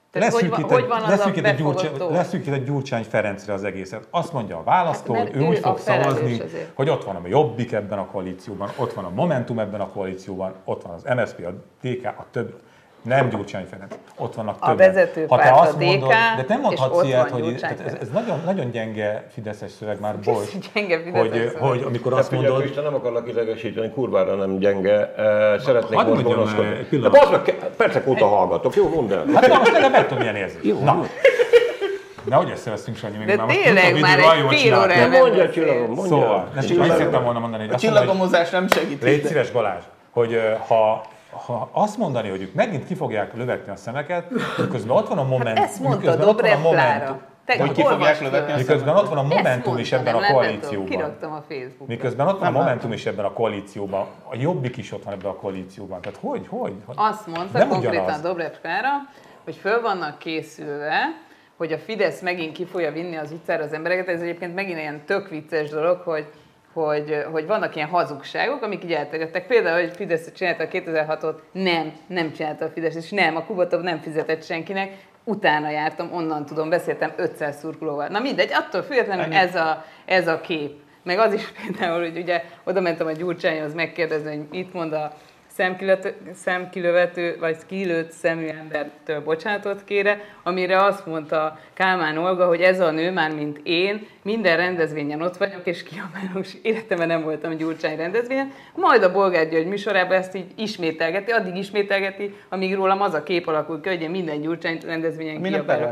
Tehát hogy van az a befogott dolog? Leszűkít egy Gyurcsány Ferencre az egészet. Azt mondja a választó, Hát, hogy ő úgy fog szavazni, azért. hogy ott van a Jobbik ebben a koalícióban, ott van a Momentum ebben a koalícióban, ott van az MSZP, a DK, a több. Nem Gyurcsány Ferenc, ott vannak többen. A vezető párt a DK, de nem mondhatsz ilyet, hogy ez nagyon, nagyon gyenge fideszes szöveg már, bocs, hogy amikor azt mondod... Isten, nem akarlak idegesíteni, kurvára nem gyenge, szeretnék Hadd most mondjam, gonoszkodni. pillanat. De bazd meg, percek óta hallgatok, jó, mondd el. Hát na, most legalább meg tudom, milyen érzés. Jó, Na. Nehogy összeveszünk, Sanyi, még de már most tényleg már egy fél órája nem mondja, csillagom, mondja. Szóval, nem csak azt szerettem volna mondani, hogy A csillagomozás nem segít. légy szíves, Balázs, hogy ha azt mondani, hogy ők megint ki fogják lövetni a szemeket, miközben ott van a Momentum. Hát ezt mondta Dobrev Klára. Hogy ki fogják lövetni a Miközben ott van a Momentum is ebben a koalícióban. Kiraktam a Facebookra. Miközben ott van a Momentum is ebben a koalícióban, a Jobbik is ott van ebben a koalícióban. Tehát hogy? Azt mondta nem konkrétan ugyanaz. Dobrev Klára, hogy föl vannak készülve, hogy a Fidesz megint ki fogja vinni az utcára az embereket. Ez egyébként megint ilyen tök vicces dolog, hogy vannak ilyen hazugságok, amik így elterjedtek. Például, hogy Fidesz csinálta a 2006-ot, nem csinálta a Fidesz, és nem, a Kubatov nem fizetett senkinek, utána jártam, onnan tudom, beszéltem 500 szurkolóval. Na mindegy, attól függetlenül ez a kép. Meg az is például, hogy ugye oda mentem a Gyurcsányhoz megkérdezni, hogy mit mond a szemkilövető, vagy kilőtt szemű embertől bocsánatot kére, amire azt mondta Kálmán Olga, hogy ez a nő, már mint én, minden rendezvényen ott vagyok, és kiabálok, és életemben nem voltam Gyurcsány rendezvényen, majd a Bolgár György műsorában ezt így ismételgeti, addig ismételgeti, amíg rólam az a kép alakul ki, hogy én minden Gyurcsány rendezvényen kiabálok.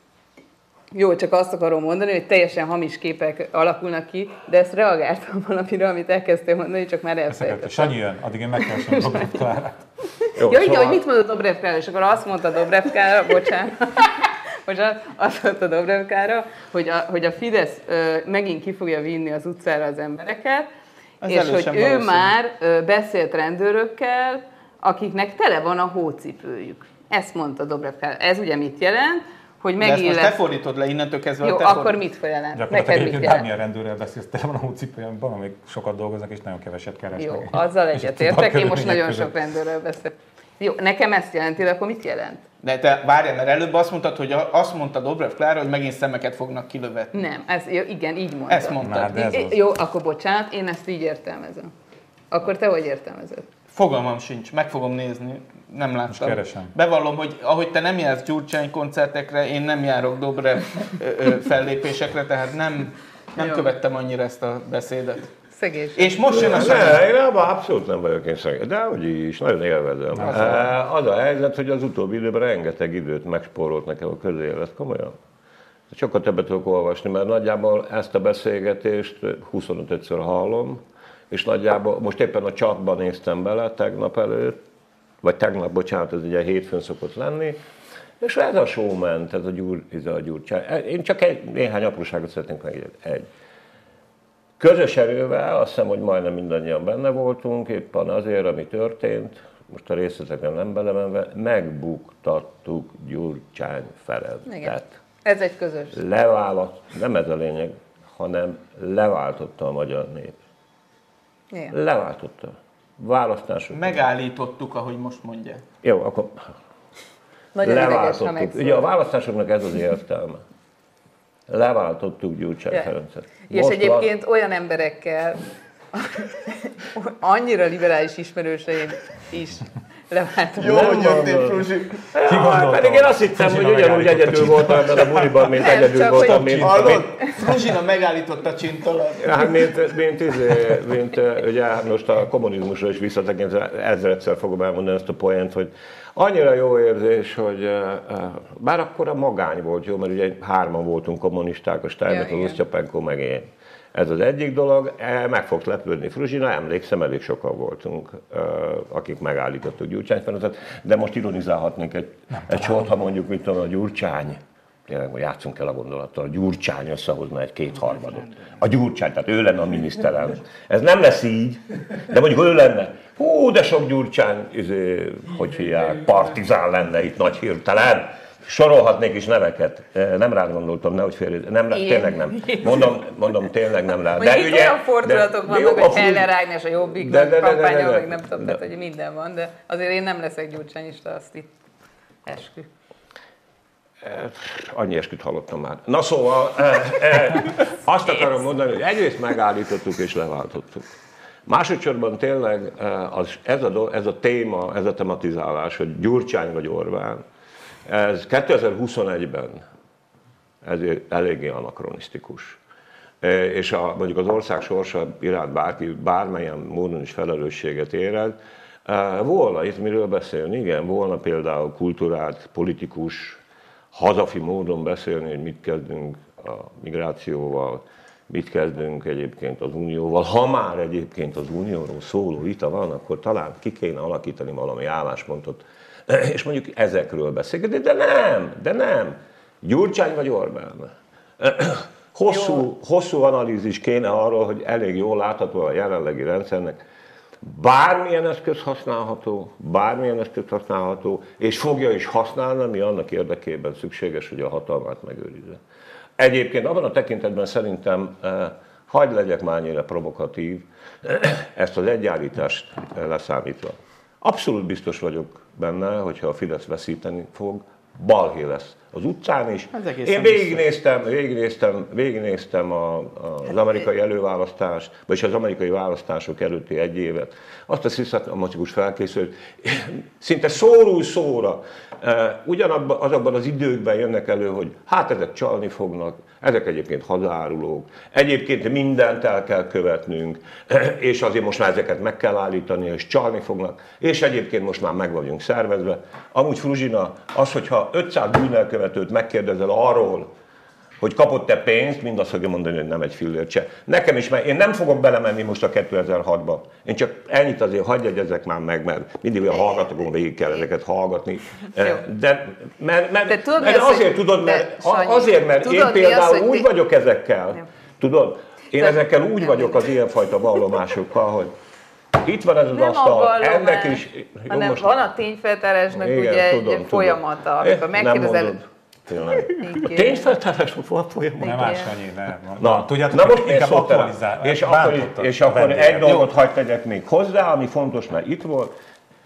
Jó, csak azt akarom mondani, hogy teljesen hamis képek alakulnak ki, de ezt reagáltam valamire, amit elkezdtél mondani, csak már elfelejtettem. Sanyi jön, addig én megkeresem Dobrev Klárát. Ja, igen, hogy mit mondott Dobrev Klára, és akkor azt mondta Dobrev Klára, bocsánat, azt mondta Dobrev Klára, hogy a Fidesz megint ki fogja vinni az utcára az embereket, és hogy ő már beszélt rendőrökkel, akiknek tele van a hócipőjük. Ezt mondta Dobrev Klára. Ez ugye mit jelent? Hogy de ezt most te fordítod le innentől kezdve. Jó, akkor mit jelent? Gyakorlatilag egyébként bármilyen rendőrrel beszélsz, tele van a hócipőjön, van, amíg sokat dolgoznak, és nagyon keveset keresnek. Jó, azzal egyetértek, én most nagyon sok rendőrrel beszélek. Jó, nekem ezt jelenti, de akkor mit jelent? De te várjál, mert előbb azt mondtad, hogy azt mondta Dobrev Klára, hogy megint szemeket fognak kilövetni. Nem, igen, így mondta. Ezt mondtad. Jó, akkor bocsánat, én ezt így értelmezem. Akkor te hogy értelmezed? Fogalmam sincs, meg fogom nézni, nem láttam. Most keresem. Bevallom, hogy ahogy te nem jársz Gyurcsány koncertekre, én nem járok Dobrev fellépésekre, tehát nem követtem annyira ezt a beszédet. Szegés. És most jön a Én abszolút nem vagyok én szegény, de hogy is, nagyon élvezem. Az a helyzet, hogy az utóbbi időben rengeteg időt megspórolt nekem a közélet, komolyan. Sokkal többet tudok olvasni, mert nagyjából ezt a beszélgetést 25-ször hallom, és nagyjából most éppen a chatban néztem bele tegnap előtt, vagy tegnap, bocsánat, ez ugye hétfőn szokott lenni, és ez a show ment, ez a Gyurcsány. Én csak néhány apróságot szeretnék megírni. Közös erővel, azt hiszem, hogy majdnem mindannyian benne voltunk, éppen azért, ami történt, most a részletekben nem belemenve, megbuktattuk Gyurcsány Ferencet. Ez egy közös. Nem ez a lényeg, hanem leváltotta a magyar nép. Igen. Leváltotta. Választások. Megállítottuk, ahogy most mondja. Jó, akkor nagyon leváltottuk. Ugye a választásoknak ez az értelme. Leváltottuk Gyurcsány Ferencet. És egyébként olyan emberekkel, annyira liberális ismerőseim is leváltottuk. Jó, hogy jöttél, Fruzsi. Pedig én azt hittem, hogy ugyanúgy egyedül voltam ebben a buliban, mint egyedül voltam, mint... Fruzsina megállította a csintalat. Hát, mint ugye most a kommunizmusra is visszatekintve, ezredszer fogom elmondani ezt a poént, hogy annyira jó érzés, hogy bár akkor a magány volt jó, mert ugye hárman voltunk kommunisták, a Steinbeck, az Osztyapenko, meg én. Ez az egyik dolog, meg fogsz lepődni Fruzsina, emlékszem, elég sokan voltunk, akik megállítottuk Gyurcsány Ferencet, de most ironizálhatnék egy sort, ha mondjuk, mit tudom, a Gyurcsány, tényleg, hogy játszunk el a gondolattal, a Gyurcsány összehozna egy kétharmadot. A Gyurcsány, tehát ő lenne a miniszterelnök. Ez nem lesz így, de mondjuk ő lenne. Hú, de sok Gyurcsány, hogy hívják, partizán lenne itt nagy hirtelen. Sorolhatnék is neveket. Nem rád gondoltam, nehogy félre. Tényleg nem. Mondom, tényleg nem rád. De itt olyan fordulatok vannak, hogy Heller Ágnes a Jobbiknak kampánya, meg nem tudom, tehát hogy minden van, de azért én nem leszek gyurcsányista, azt itt eskü. Annyi esküt hallottam már. Na szóval, azt akarom mondani, hogy egyrészt megállítottuk és leváltottuk. Másodszorban tényleg ez a téma, ez a tematizálás, hogy Gyurcsány vagy Orbán, ez 2021-ben ez eléggé anakronisztikus. És mondjuk az ország sorsa iránt bárki bármilyen módon is felelősséget érez, volna itt miről beszélni, igen, volna például kultúrált, politikus, hazafi módon beszélni, hogy mit kezdünk a migrációval, mit kezdünk egyébként az Unióval. Ha már egyébként az Unióról szóló vita van, akkor talán ki kéne alakítani valami álláspontot, és mondjuk ezekről beszélgetni, de nem. Gyurcsány vagy Orbán? Hosszú analízis kéne arról, hogy elég jól látható a jelenlegi rendszernek. Bármilyen eszköz használható, és fogja is használni, ami annak érdekében szükséges, hogy a hatalmát megőrizze. Egyébként abban a tekintetben szerintem, hagyd legyek már annyira provokatív, ezt az egyenlítást leszámítva. Abszolút biztos vagyok benne, hogyha a Fidesz veszíteni fog, balhé lesz az utcán is. Én végignéztem az amerikai előválasztást, vagyis az amerikai választások előtti egy évet. Azt a szisztematikus felkészült, szinte szóról szóra, ugyanabban azokban az időkben jönnek elő, hogy hát ezek csalni fognak, ezek egyébként hazárulók, egyébként mindent el kell követnünk, és azért most már ezeket meg kell állítani, és csalni fognak, és egyébként most már meg vagyunk szervezve. Amúgy Fruzsina, az, hogyha 500 bűnelkövetőt megkérdezel arról, hogy kapott-e pénzt, mindazt fogja mondani, hogy nem egy fillért se. Nekem is, mert én nem fogok belemenni most a 2006-ba. Én csak ennyit azért hagyj egyezzek már meg, mert mindig olyan hallgatókon végig kell ezeket hallgatni. De azért, mert én például úgy vagyok ezekkel, tudod, én ezekkel úgy vagyok az ilyenfajta vallomásokkal, hogy itt van ez az asztal, ennek is... Hanem most van a tényfeltárásnak ugye egy folyamata, amikor megkérdezel... Tényfeltárás van folyamat. Nem más annyi, nem. Na, tudjátok, na most inkább aktualizál. És akkor egy dolgot hagyd tegyek még hozzá, ami fontos, mert itt volt.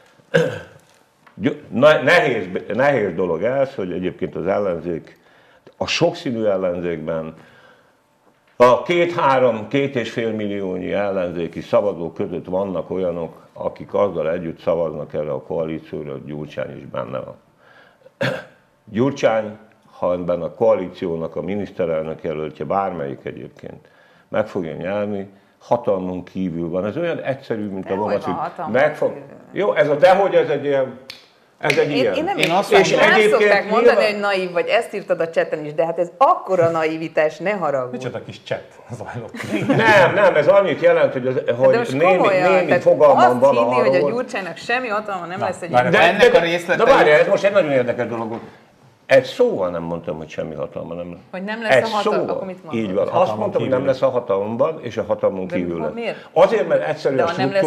Nehéz dolog ez, hogy egyébként az ellenzék, a sokszínű ellenzékben a 2,5 milliónyi ellenzéki szavazók között vannak olyanok, akik azzal együtt szavaznak erre a koalícióra, hogy Gyurcsány is benne van. Gyurcsány, ha ebben a koalíciónak a miniszterelnök jelöltje, bármelyik egyébként, meg fogja nyerni, hatalmon kívül van. Ez olyan egyszerű, mint a vonat, hogy jó, dehogy ez egy ilyen... Én nem szokták mondani, hogy naív vagy, ezt írtad a chaten is, de hát ez akkora naivitás, ne haragudj. Micsoda kis chat zajlott. Nem, ez annyit jelent, hogy némi fogalmam van arról. Azt hinni, hogy a Gyurcsánynak semmi hatalma nem lesz egy... Ennek a részletei... De várjál, ez most egy nagyon érdekes dolog. Egy szóval nem mondtam, hogy semmi hatalma nem lesz. Hogy nem lesz a hatalma, akkor mit mondod? Így van. Azt mondtam, hogy nem lesz a hatalomban, és a hatalmon kívül lesz. Miért? Azért, mert egyszerűen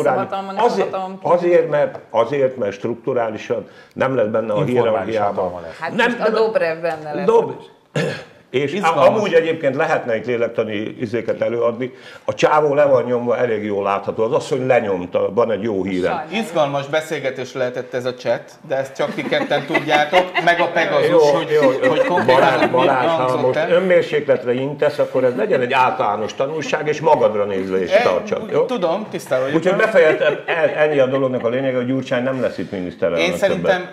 azért, mert strukturálisan nem lesz benne a hierarchiában. Hát most a Dobrev benne lesz. És amúgy egyébként lehetne egy lélektani izéket előadni. A csávó le van nyomva, elég jól látható. Az asszony lenyomta, van egy jó hírem. Izgalmas beszélgetés lehetett ez a chat, de ezt csak ti ketten tudjátok, meg a Pegasus, hogy konkrétan Balázs, ha most önmérsékletre intesz, akkor ez legyen egy általános tanulság, és magadra nézve is tartsad. Jó? Tudom, tisztában vagyok. Úgyhogy befejeztem, ennyi a dolognak a lényege, hogy Gyurcsány nem lesz itt miniszterelnök. Én szerintem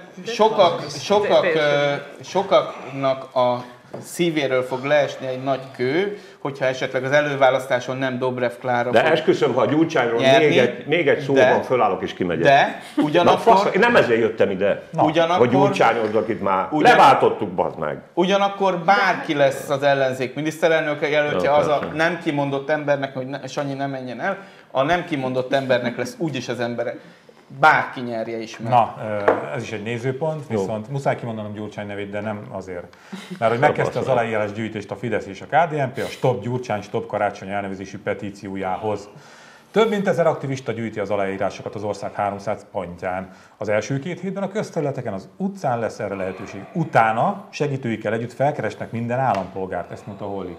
sokaknak a szívéről fog leesni egy nagy kő, hogyha esetleg az előválasztáson nem Dobrev Klára de esküszöm, ha a Gyurcsányról még egy szóban fölállok és kimegyek. De ugyanakkor... Én nem ezért jöttem ide, hogy Gyurcsányozzak itt már. Leváltottuk, bazd meg. Ugyanakkor bárki lesz az ellenzék miniszterelnöke jelöltje, az a nem kimondott embernek, hogy Sanyi nem menjen el, a nem kimondott embernek lesz úgyis az embere. Bárki nyerje is meg. Na, ez is egy nézőpont, viszont muszáj kimondanom Gyurcsány nevét, de nem azért. Mert hogy megkezdte az aláírás gyűjtést a Fidesz és a KDNP a Stop Gyurcsány, Stop Karácsony elnevezésű petíciójához. Több mint 1000 aktivista gyűjti az aláírásokat az ország 300 pontján. Az első 2 hétben a közterületeken az utcán lesz erre lehetőség. Utána segítőikkel együtt felkeresnek minden állampolgárt, ezt mondta Holly.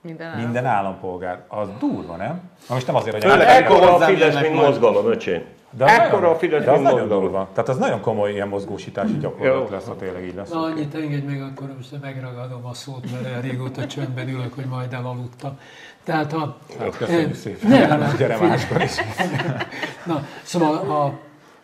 Minden állampolgár. Az durva, nem? Na most nem azért, hogy... Ekkora a Fidesz, mint mozgalom, öcsém. Ekkora a Fidesz de az nagyon mozgalom. durva. Tehát az nagyon komoly ilyen mozgósítási gyakorlat lesz, ha tényleg így lesz. Na annyit engedj meg, akkor most megragadom a szót, mert olyan régóta csöndben ülök, hogy majd elaludtam. Tehát Hát köszönjük szépen. Nem, Gyere máskor is. Na, szóval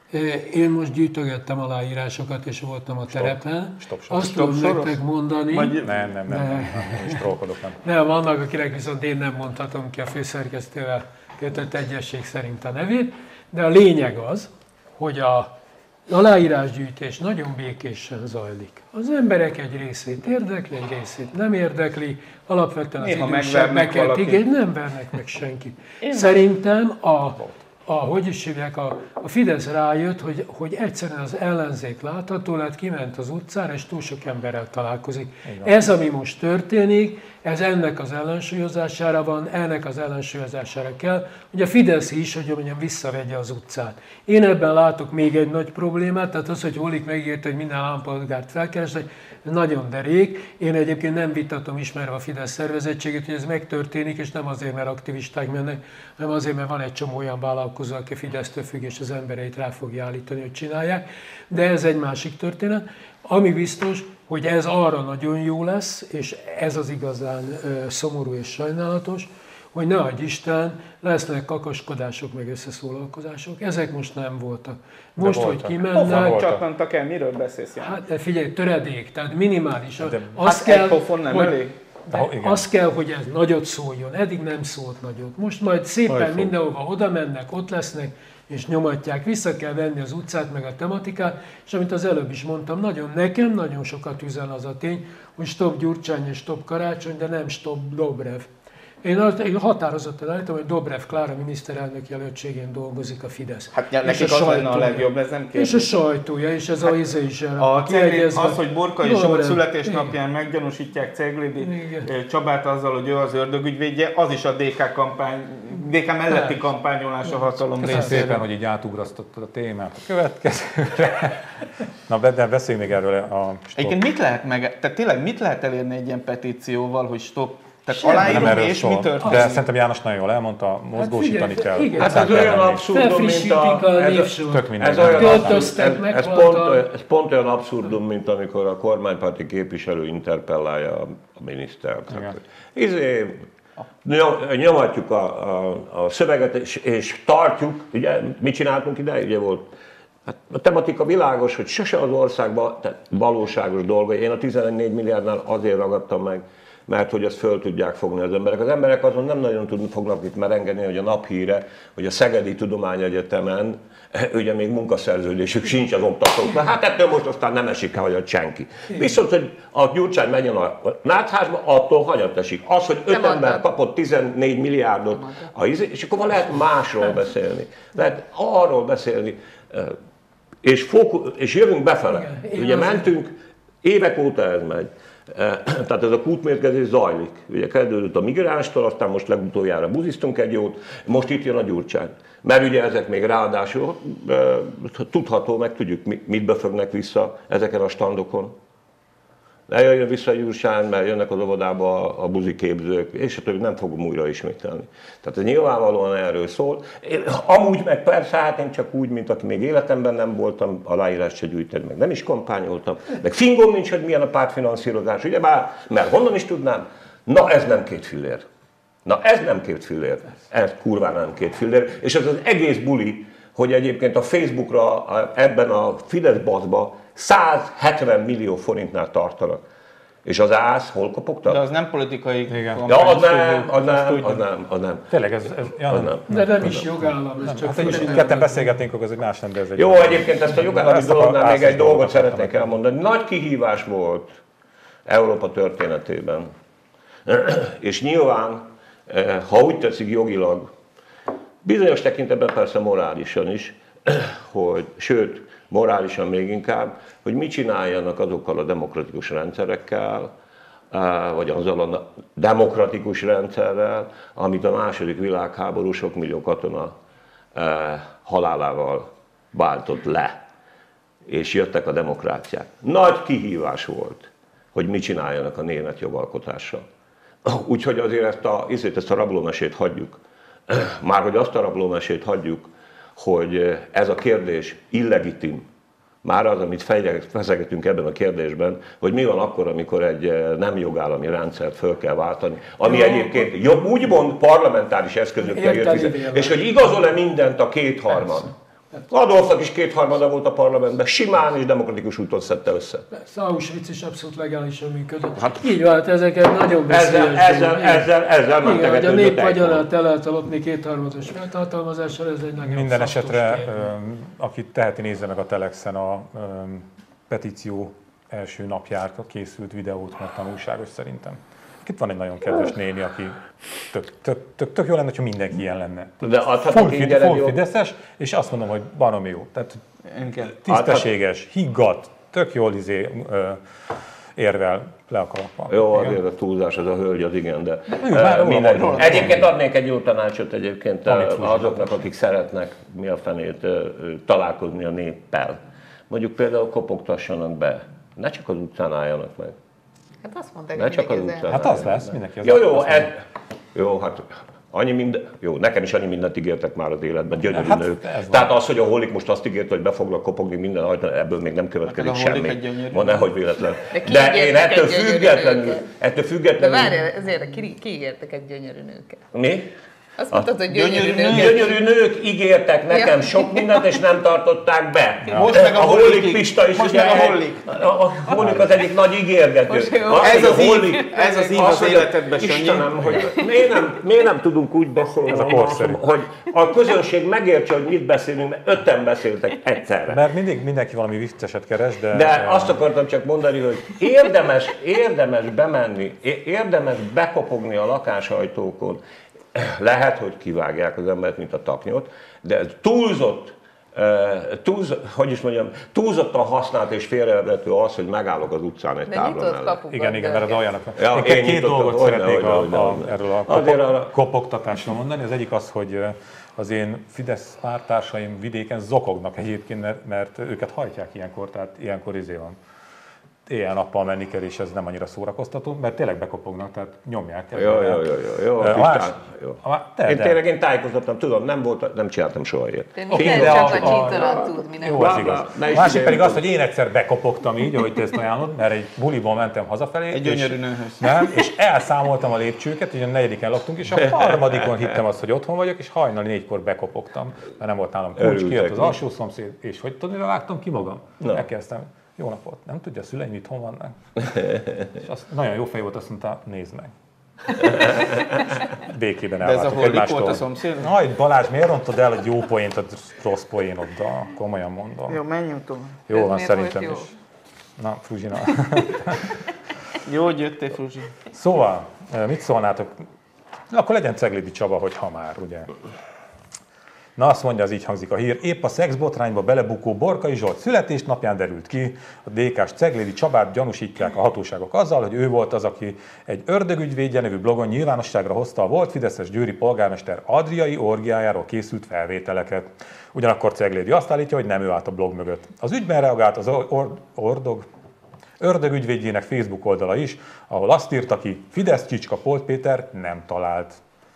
én most gyűjtögettem aláírásokat, és voltam a terepen. Azt tudom nektek mondani... Nem, is trollkodok, nem. Nem, vannak, akinek viszont én nem mondhatom ki a főszerkesztővel kötött egyesség szerint a nevét, de a lényeg az, hogy a aláírásgyűjtés nagyon békésen zajlik. Az emberek egy részét érdekli, egy részét nem érdekli, alapvetően az idősebbek nem vernek meg senkit. Szerintem hogy is hívják, a Fidesz rájött, hogy egyszerűen az ellenzék látható lett, kiment az utcára, és túl sok emberrel találkozik. Ez, ami most történik, ez ennek az ellensúlyozására van, ennek az ellensúlyozására kell, hogy a Fidesz is, hogy mondjam, visszavegye az utcát. Én ebben látok még egy nagy problémát, tehát az, hogy Holik megírta, hogy minden állampolgárt felkeresnek, nagyon derék. Én egyébként nem vitatom, ismerve a Fidesz szervezettségét, hogy ez megtörténik, és nem azért, mert aktivisták mennek, hanem azért, mert van egy csomó olyan vállalkozó, aki Fidesztől függ, és az embereit rá fogja állítani, hogy csinálják. De ez egy másik történet. Ami biztos, hogy ez arra nagyon jó lesz, és ez az igazán szomorú és sajnálatos, hogy ne adj Isten, lesznek kakaskodások, meg összeszólalkozások. Ezek most nem voltak. Most, hogy kimennek... Csatlantak el, miről beszélsz? Hát figyelj, töredék, tehát minimális. Egy pofon nem elég? Az kell, hogy ez nagyot szóljon. Eddig nem szólt nagyot. Most majd szépen mindenhova oda mennek, ott lesznek, és nyomatják. Vissza kell venni az utcát, meg a tematikát, és amit az előbb is mondtam, nekem nagyon sokat üzen az a tény, hogy stop Gyurcsány és stop Karácsony, de nem stop Dobrev. Én határozottan állítom, hogy Dobrev Klára miniszterelnök jelöltségén dolgozik a Fidesz. Hát nekik az lenne a legjobb, ez nem kérdés. És a sajtója, és ez a izé is az, hogy Borkai Zsolt születésnapján meggyanúsítják Ceglédi Csabát azzal, hogy ő az ördögügyvédje, az is a DK melletti kampányolás a hatalom részéről. Köszönöm szépen, hogy így átugrasztottad a témát a következőre. Na, de beszéljünk még erről a stop. Egyébként tehát tényleg mit lehet elérni egy ilyen petícióval, hogy stop? Tehát aláírom, és mi történik? De szerintem János nagyon jól elmondta, mozgósítani kell. Igen, ez olyan abszurdum, mint ez pont olyan abszurdum, mint amikor a kormánypárti képviselő interpellálja a minisztert. Nyomatjuk a szöveget, és tartjuk, ugye, mit csináltunk ide? Ugye volt a tematika világos, hogy sose az országban valóságos dolgai. Én a 14 milliárdnál azért ragadtam meg, mert hogy ezt föl tudják fogni az emberek. Az emberek azon nem nagyon fognak itt merengeni, hogy a naphíre, hogy a Szegedi Tudományegyetemen ugye még munkaszerződésük sincs az oktatóknak. Hát ettől most aztán nem esik el, hogy a senki. Viszont, hogy a Gyurcsány menjen a Nátházba, attól hanyat esik. Az, hogy 5 ember kapott 14 milliárdot, és akkor lehet másról beszélni. Lehet arról beszélni, és jövünk befele. Ugye mentünk, évek óta ez megy. Tehát ez a kútmérgezés zajlik. Ugye kezdődött a migránstól, aztán most legutoljára buziztunk egy jót, most itt jön a Gyurcsány. Mert ugye ezek még ráadásul tudható, meg tudjuk, mit befögnek vissza ezeken a standokon. Ne jöjjön vissza a Gyurcsány, mert jönnek az óvodába a buziképzők, és a többi nem fogom újra ismételni. Tehát ez nyilvánvalóan erről szól. Amúgy meg persze, hát én csak úgy, mint aki még életemben nem voltam, aláírást se gyűjteni, meg nem is kampányoltam, meg fingom nincs, hogy milyen a pártfinanszírozás, ugye bár, mert honnan is tudnám? Na ez nem 2 fillér. Na ez nem 2 fillér. Ez kurván nem 2 fillér. És ez az egész buli, hogy egyébként a Facebookra, ebben a Fidesz baszba 170 millió forintnál tartanak. És az ÁSZ hol kopogtak? De az nem politikai kampány. Ja, az nem. Tényleg ez nem. De nem is jogállam, ez csak ketten beszélgetnénk, akkor ez egy más nem, de ez egy... Jó, egyébként ezt a jogállami dolognál még egy dolgot szeretnék elmondani. Nagy kihívás volt Európa történetében. És nyilván, ha úgy tetszik jogilag, bizonyos tekintetben persze morálisan is, sőt, morálisan még inkább, hogy mit csináljanak azokkal a demokratikus rendszerekkel, vagy azzal a demokratikus rendszerrel, amit a második világháború sok millió katona halálával váltott le, és jöttek a demokráciák. Nagy kihívás volt, hogy mit csináljanak a német jogalkotással. Úgyhogy azért ezt a rablómesét hagyjuk. Már hogy azt a rablómesét hagyjuk, hogy ez a kérdés illegitim. Már az, amit feszegetünk ebben a kérdésben, hogy mi van akkor, amikor egy nem jogállami rendszert föl kell váltani, ami egyébként úgymond parlamentáris eszközökkel jött vissza, és hogy igazol-e mindent a kétharmad. Adolfnak is kétharmada volt a parlamentben, simán és demokratikus úton szedte össze. Auschwitz is abszolút legálisan működött. Hát, így van, hát ezeket nagyon veszélyes. Ezzel hogy a nép vagyonát elaltalopni kétharmados feltartalmazással, ez egy nagyon minden esetre, aki teheti, nézze meg a Telexen a petíció első napjára készült videót, mert tanulságos szerintem. Itt van egy nagyon kedves néni, aki tök jó lenne, ha mindenki ilyen lenne. De full fideszes, és azt mondom, hogy baromi jó. Tehát tisztességes, higgadt, tök jól érvel le a kalappa. Jó, azért a túlzás, ez a hölgy, az igen, de egyébként adnék egy jó tanácsot egyébként azoknak, akik szeretnek mi a fenét találkozni a néppel. Mondjuk például kopogtassanak be, ne csak az utcán álljanak meg. Hát azt mondták, ne csak az utcán. Hát az lesz, mindenki az. Jó, hát jó, nekem is annyi mindent ígértek már az életben, gyönyörű hát nők. Tehát az, hogy a Holik most azt ígért, hogy be foglak kopogni minden ajtón, ebből még nem következik semmi. Van, nehogy véletlen. De én ettől függetlenül... De várjál, ezért ki ígértek egy gyönyörű nőket? Mi? Azt mondtad, hogy gyönyörű nők. Gyönyörű nők ígértek nekem sok mindent, és nem tartották be. Most meg a Holik Pista is, ugye, a Holik az egyik nagy ígérgető. Ez az ív az életedben, Sanyi. Istenem, hogy miért nem tudunk úgy beszélni, hogy a közönség megértse, hogy mit beszélünk, mert 5-en beszéltek egyszerre. Mert mindig mindenki valami vicceset keres, de azt akartam csak mondani, hogy érdemes bemenni, érdemes bekopogni a lakásajtókon. Lehet, hogy kivágják az embert, mint a taknyot, de túlzottan használt és félrevezető az, hogy megállok az utcán egy tábla mellett. Igen, mert az olyanok. Én két dolgot szeretnék erről a kopogtatásról mondani. Az egyik az, hogy az én Fidesz párttársaim vidéken zokognak egyébként, mert őket hajtják ilyenkor, tehát ilyenkor van. Éjjel-nappal menni kell, és ez nem annyira szórakoztató, mert tényleg bekopognak, tehát nyomják. Jó. Én tényleg tájékozottam, tudom, nem csináltam soha ilyet. Minden csak a csintalan tud, minden. Jó, az igaz. A másik pedig az, hogy én egyszer bekopogtam így, ahogy te ezt ajánlod, mert egy buliból mentem hazafelé. Egy gyönyörű nőhöz. És elszámoltam a lépcsőket, ugye a 4. laktunk, és a 3. hittem azt, hogy otthon vagyok, és hajnali 4-kor bekopogtam, mert nem volt nálam kulcs, kijött az alsó szomszéd, és hogy tudod, mivel vágtam ki magam? Elkezdtem. Jó napot, nem tudja, a szüleim itthon vannak. És azt, nagyon jó fej volt, azt mondta, nézd meg. Békében elváltok egymástól. De ez a Holik volt a szomszéd? Haj, Balázs, miért rontod el a jó poént a rossz poénoddal? Komolyan mondom. Jó, menjünk tovább. Jó van, szerintem is. Na, Fruzsina. Jó, hogy jöttél, Fruzsi. Szóval, mit szólnátok? Akkor legyen Ceglédi Csaba, hogyha már, ugye? Na, azt mondja, az így hangzik a hír. Épp a szexbotrányba belebukó Borkai Zsolt születésnapján derült ki, a DK-s Ceglédi Csabát gyanúsítják a hatóságok azzal, hogy ő volt az, aki egy ördögügyvédje nevű blogon nyilvánosságra hozta a volt fideszes győri polgármester adriai orgiájáról készült felvételeket. Ugyanakkor Ceglédi azt állítja, hogy nem ő állt a blog mögött. Az ügyben reagált az ördögügyvédjének Facebook oldala is, ahol azt írta ki, Fidesz Csicska Polt Péter nem talált.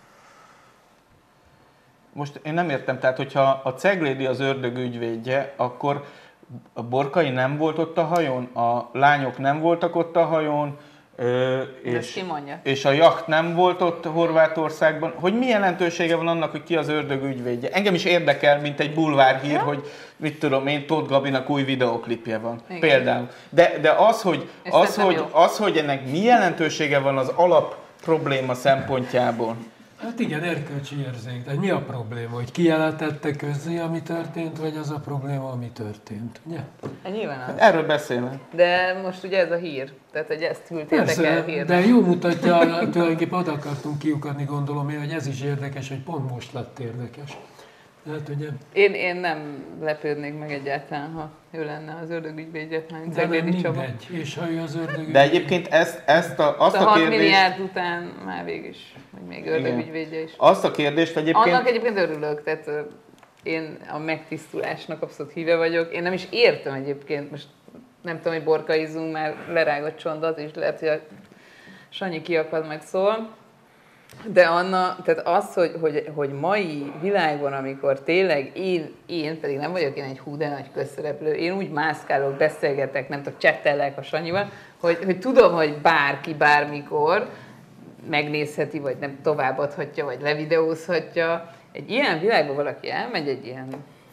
Most én nem értem, tehát hogyha a Ceglédi az ördög ügyvédje, akkor a Borkai nem volt ott a hajón, a lányok nem voltak ott a hajón, és a jacht nem volt ott Horvátországban. Hogy mi jelentősége van annak, hogy ki az ördög ügyvédje? Engem is érdekel, mint egy bulvárhír, hogy mit tudom én, Tóth Gabinak új videóklipje van. Igen. Például. De az, hogy ennek mi jelentősége van az alap probléma szempontjából. Hát igen, erkölcsi érzék. De mi a probléma? Hogy kijelentette közzé, ami történt, vagy az a probléma, ami történt? Ugye? Nyilván az. Hát erről beszélek. De most ugye ez a hír. Tehát, hogy ezt küldtétek el hírnek. De jó mutatja, tulajdonképpen oda akartunk kiukadni, gondolom én, hogy ez is érdekes, hogy pont most lett érdekes. Hát, ugye? Én nem lepődnék meg egyáltalán, ha ő lenne az ördögügyvédje, mint Ceglédi Csaba. És ha ő az ördögügyvédje. De egyébként azt a 6 kérdést... milliárd után már végig is, vagy még ördögügyvédje is. Azt a kérdést egyébként... Annak egyébként örülök, tehát én a megtisztulásnak abszolút híve vagyok. Én nem is értem egyébként, most nem tudom, hogy borkaizunk, már lerágott csontot, és lehet, hogy a Sanyi kiakad meg szól. De Anna, tehát az, hogy mai világban, amikor tényleg én pedig nem vagyok én egy hú de nagy közszereplő, én úgy mászkálok, beszélgetek, nem tudom, csettelek a Sanyival, hogy tudom, hogy bárki bármikor megnézheti, vagy nem továbbadhatja, vagy levideózhatja. Egy ilyen világban valaki elmegy egy ilyen...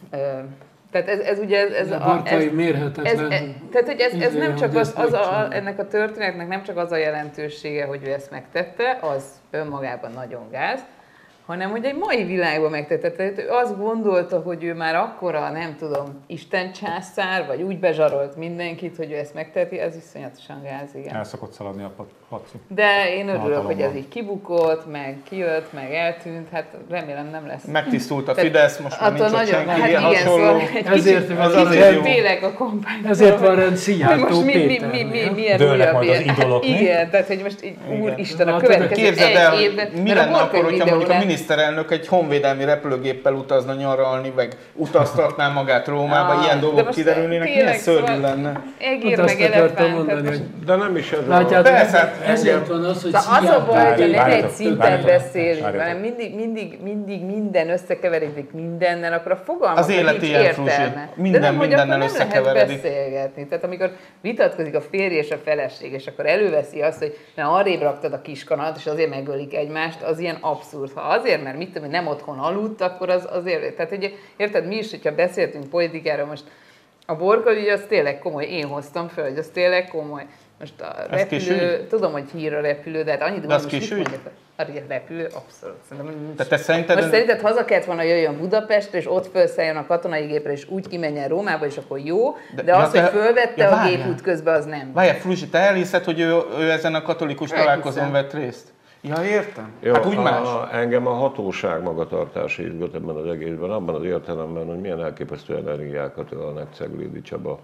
Tehát ez ugye... Ez a Borkai mérhetetlen. Tehát, hogy ez nem csak ennek a történetnek nem csak az a jelentősége, hogy ő ezt megtette, az önmagában nagyon gáz, hanem hogy egy mai világban megtette. Tehát ő azt gondolta, hogy ő már akkora, nem tudom, Isten császár, vagy úgy bezsarolt mindenkit, hogy ő ezt megteheti, ez iszonyatosan gáz, igen. El szokott szaladni a Laci. De én örülök, hogy ez így kibukott, meg kijött, meg eltűnt, hát remélem nem lesz. Megtisztult a Fidesz, most már nincs ott senki hát igen, hasonló. Szóval kicsit félek a kampány. Ezért van rend Szijjártó most Péter. milyen dőlnek majd az idolok, mi? Igen, tehát hogy most így, úristen, a következő Képzeld el, egy évben... mi lenne akkor, hogyha mondjuk a miniszterelnök egy honvédelmi repülőgéppel utazna nyaralni, meg utaztatná magát Rómába, ilyen dolgok kiderülnének, milyen szörnyű lenne. Egér meg elefánt. De nem is ez Látjátok, Persze. ezért van az, hogy az a baj, hogyha nem egy Várjatok, szinten várjatok, beszélünk, várjatok. hanem mindig minden összekeveredik mindennel, akkor a fogalmaknak Az élet nincs ilyen, Fruzsi. értelme. Minden De nem, hogy mindennel akkor nem lehet összekeveredik. beszélgetni. Tehát amikor vitatkozik a férj és a feleség, és akkor előveszi azt, hogy mert arrébb raktad a kiskanat, és azért megölik egymást, az ilyen abszurd. Ha azért, mert mit tudom, nem otthon aludt, akkor az azért. Tehát ugye, érted, mi is, hogyha beszéltünk politikára, most a Borka ügy az tényleg komoly, én hoztam föl, hogy az tényleg komoly. Most a repülő, tudom, hogy hír a repülő, de hát annyit De az most kis mit ügy? mondjak? A repülő, abszolút. Szerintem, Tehát te szerinted... most szerinted haza kellett volna jöjjön Budapestre, és ott felszálljon a katonai gépre, és úgy kimenjen Rómába, és akkor jó, de az, hogy fölvette a gépút közben, az nem. Várjál, Fruzsi, te elhiszed, hogy ő ezen a katolikus találkozón vett részt? Ja, értem. Jó, Hát úgy más. Engem a hatóság magatartása izgat ebben az egészben, abban az értelemben, hogy milyen elképesztő energiákat ölnek Ceglédi Csaba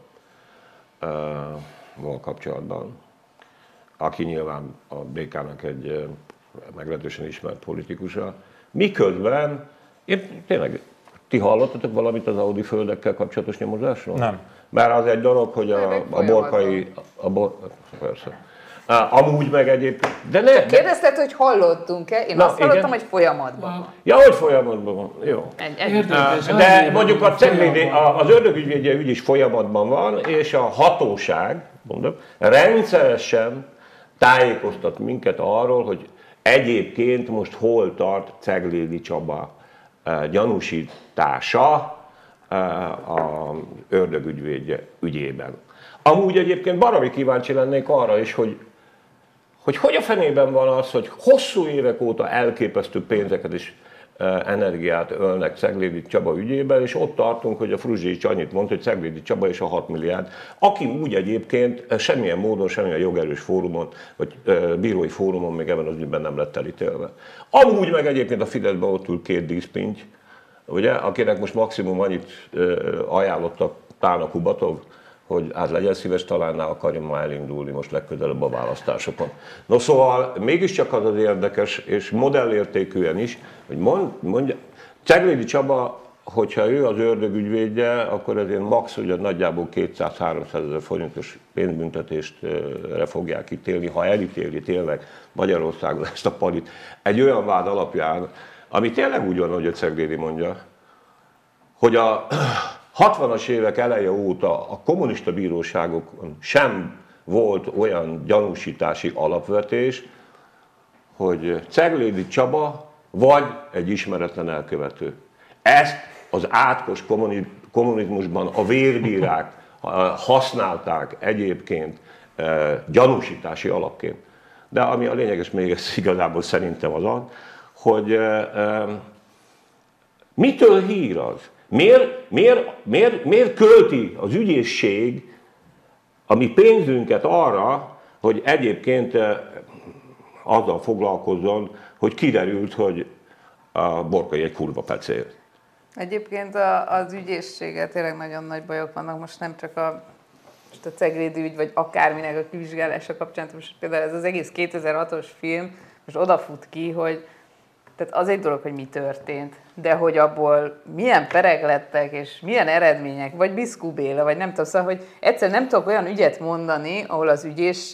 val kapcsolatban, aki nyilván a BK-nak egy meglehetősen ismert politikusa. Miközben, én tényleg, ti hallottatok valamit az Audi földekkel kapcsolatos nyomozásról? Nem. Mert az egy dolog, hogy a Borkai... Persze. Amúgy meg egyébként... De ne, Kérdezted, hogy hallottunk-e? Én azt hallottam, hogy folyamatban van. Ja, hogy folyamatban van. Jó. De mondjuk a Ceglédi, az ördögügyvédje ügy is folyamatban van, és a hatóság, mondom, rendszeresen tájékoztat minket arról, hogy egyébként most hol tart Ceglédi Csaba gyanúsítása a ördögügyvédje ügyében. Amúgy egyébként baromi kíváncsi lennék arra is, hogy a fenében van az, hogy hosszú évek óta elképesztő pénzeket és energiát ölnek Ceglédi Csaba ügyében, és ott tartunk, hogy a Fruzsics annyit mond, hogy Ceglédi Csaba és a 6 milliárd, aki úgy egyébként semmilyen módon, semmilyen jogerős fórumon, vagy bírói fórumon még ebben az ügyben nem lett elítélve. Amúgy meg egyébként a Fideszben ott ül két díszpinty, ugye, akinek most maximum annyit ajánlottak Tána Kubatov, hogy hát legyen szíves, talán akarja már elindulni most legközelebb a választásokon. No szóval mégiscsak az az érdekes, és modellértékűen is, hogy mondja, Ceglédi Csaba, hogyha ő az ördögügyvédje, akkor ezért max, ugye nagyjából 200-300 ezer forintos pénzbüntetésre fogják ítélni, ha elítéli tényleg Magyarországon ezt a palit egy olyan vád alapján, ami tényleg úgy van, hogy a Ceglédi mondja, hogy a 60-as évek eleje óta a kommunista bíróságokon sem volt olyan gyanúsítási alapvetés, hogy Ceglédi Csaba vagy egy ismeretlen elkövető. Ezt az átkos kommunizmusban a vérbírák használták egyébként gyanúsítási alapként. De ami a lényeges még igazából szerintem az az, hogy mitől hír az? Miért költi az ügyészség a mi pénzünket arra, hogy egyébként azzal foglalkozzon, hogy kiderült, hogy a Borkai egy kurva pecél. Egyébként az ügyészséggel tényleg nagyon nagy bajok vannak, most nem csak a Ceglédi ügy, vagy akárminek a kivizsgálása kapcsán, most például ez az egész 2006-os film most odafut ki, hogy tehát az egy dolog, hogy mi történt, de hogy abból milyen perek lettek, és milyen eredmények, vagy Biszkú Béla, vagy nem tudom, szóval, hogy egyszer nem tudok olyan ügyet mondani, ahol az ügyészség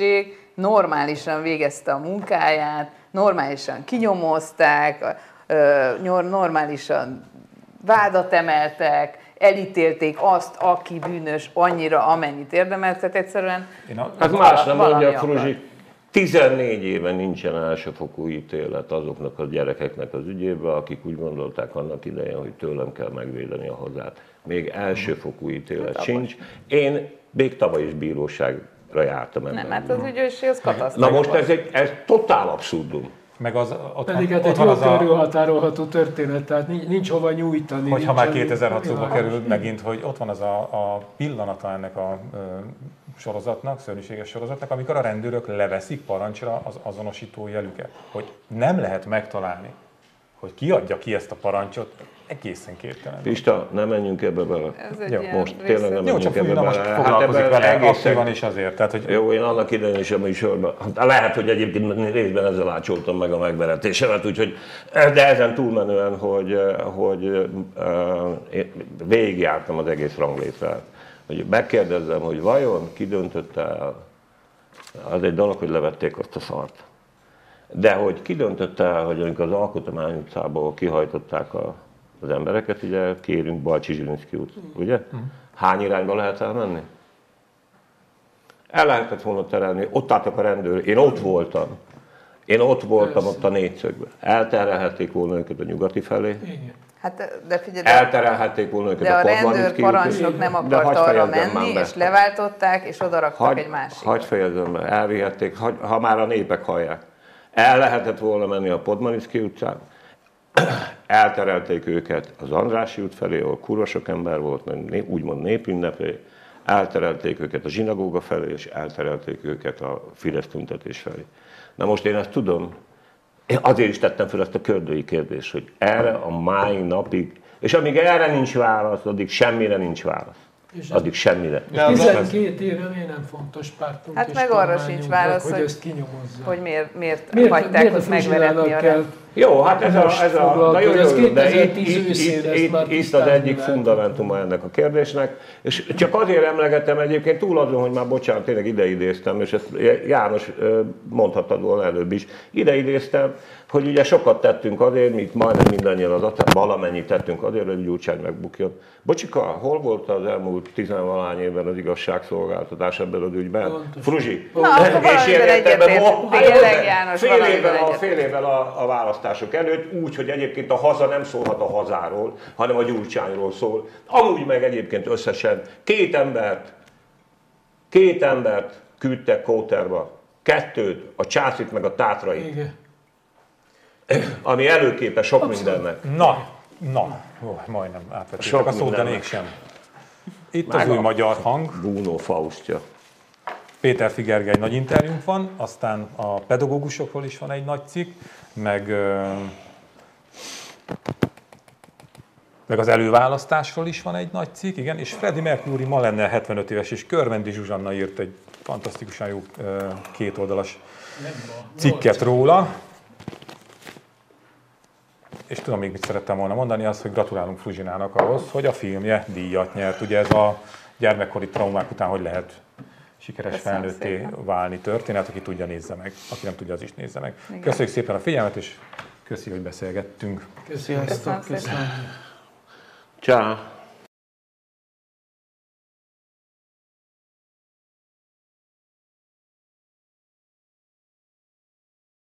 normálisan végezte a munkáját, normálisan kinyomozták, normálisan vádat emeltek, elítélték azt, aki bűnös annyira, amennyit érdemelt, tehát egyszerűen Hát más nem mondja, Fruzsi, 14 éve nincsen elsőfokú ítélet azoknak a gyerekeknek az ügyében, akik úgy gondolták annak idején, hogy tőlem kell megvédeni a hazát. Még elsőfokú ítélet sincs. Én még tavaly is bíróságra jártam ebben. Nem, hát az ügyőség az katasztrófa. Na most ez totál abszurdum. Meg az, pedig hát egy jól körülhatárolható történet, tehát nincs hova nyújtani. Hogyha már 2006 szóba került megint, hogy ott van az a pillanata ennek a sorozatnak, szörnyűséges sorozatnak, amikor a rendőrök leveszik parancsra az azonosító jelüket. Hogy nem lehet megtalálni, hogy ki adja ki ezt a parancsot, egészen képtelen. Pista, nem menjünk ebbe bele. Most tényleg nem menjünk ebbe bele. Most foglalkozik vele aktívan is azért. Tehát, hogy... Jó, én annak idején is a műsorban. Lehet, hogy egyébként részben ezzel ácsoltam meg a megveretésemet, úgyhogy, de ezen túlmenően, hogy végigjártam az egész ranglétrát. Hogy megkérdezzem, hogy vajon ki döntötte el, az egy dolog, hogy levették azt a szart. De hogy ki döntötte el, hogy amikor az Alkotmány utcából kihajtották az embereket, ugye kérünk Balcsi Zsilinszky út, ugye? Hány irányba lehet elmenni? El lehetett volna terelni, ott álltak a rendőr, én ott voltam ott a négyszögben. Elterelhették volna őket a nyugati felé. Igen. Hát, de figyelj, elterelhették volna őket de a rendőrparancsnok nem akart arra menni, és leváltották, és odaraktak egy másikra. Hagyj fejezzem be, elvihették, ha már a népek hallják. El lehetett volna menni a Podmaniszky utcán, elterelték őket az Andrássy út felé, ahol kurva sok ember volt, úgymond népünneplé, elterelték őket a zsinagóga felé, és elterelték őket a Fidesz tüntetés felé. Na most én ezt tudom, én azért is tettem fel ezt a kördői kérdést, hogy erre a mai napig, és amíg erre nincs válasz, addig semmire nincs válasz. Addig semmire. 12 éve miért nem fontos pártunk? Hát meg arra sincs válasz, hogy ezt kinyomozzák. Hogy miért hagyták ott megveretni a jó, hát ez a jó, de itt az egyik fundamentuma ennek a kérdésnek, és csak azért emlegetem egyébként túl azon, hogy már bocsánat, tényleg ideidéztem, és ezt János mondhattad volna előbb is, ideidéztem, hogy ugye sokat tettünk azért, mi majdnem mindannyian valamennyit tettünk azért, hogy Gyurcsány megbukjon. Bocsika, hol volt az elmúlt 10-valahány évben az igazságszolgáltatás ebben az ügyben? Fruzsi, és fél évvel a választások előtt, úgy, hogy egyébként a haza nem szólhat a hazáról, hanem a Gyurcsányról szól. Amúgy meg egyébként összesen két embert küldtek Kóterba, 2, a Császit meg a Tátrait. Igen. Ami előképe sok mindennek. Majdnem átvették a szót, de mégsem. Itt az új magyar hang. Bruno Faustja. Péter Figergely nagy interjúnk van, aztán a pedagógusokról is van egy nagy cikk, meg az előválasztásról is van egy nagy cikk, igen, és Freddie Mercury ma lenne 75 éves, és Körvendi Zsuzsanna írt egy fantasztikusan jó 2 oldalas cikket róla. És tudom még mit szerettem volna mondani, az, hogy gratulálunk Fruzsinának ahhoz, hogy a filmje díjat nyert. Ugye ez a gyermekkori traumák után hogy lehet sikeres felnőtté válni történet, aki tudja, nézze meg. Aki nem tudja, az is nézze meg. Igen. Köszönjük szépen a figyelmet, és köszi, hogy beszélgettünk. Köszönjük. Ciao.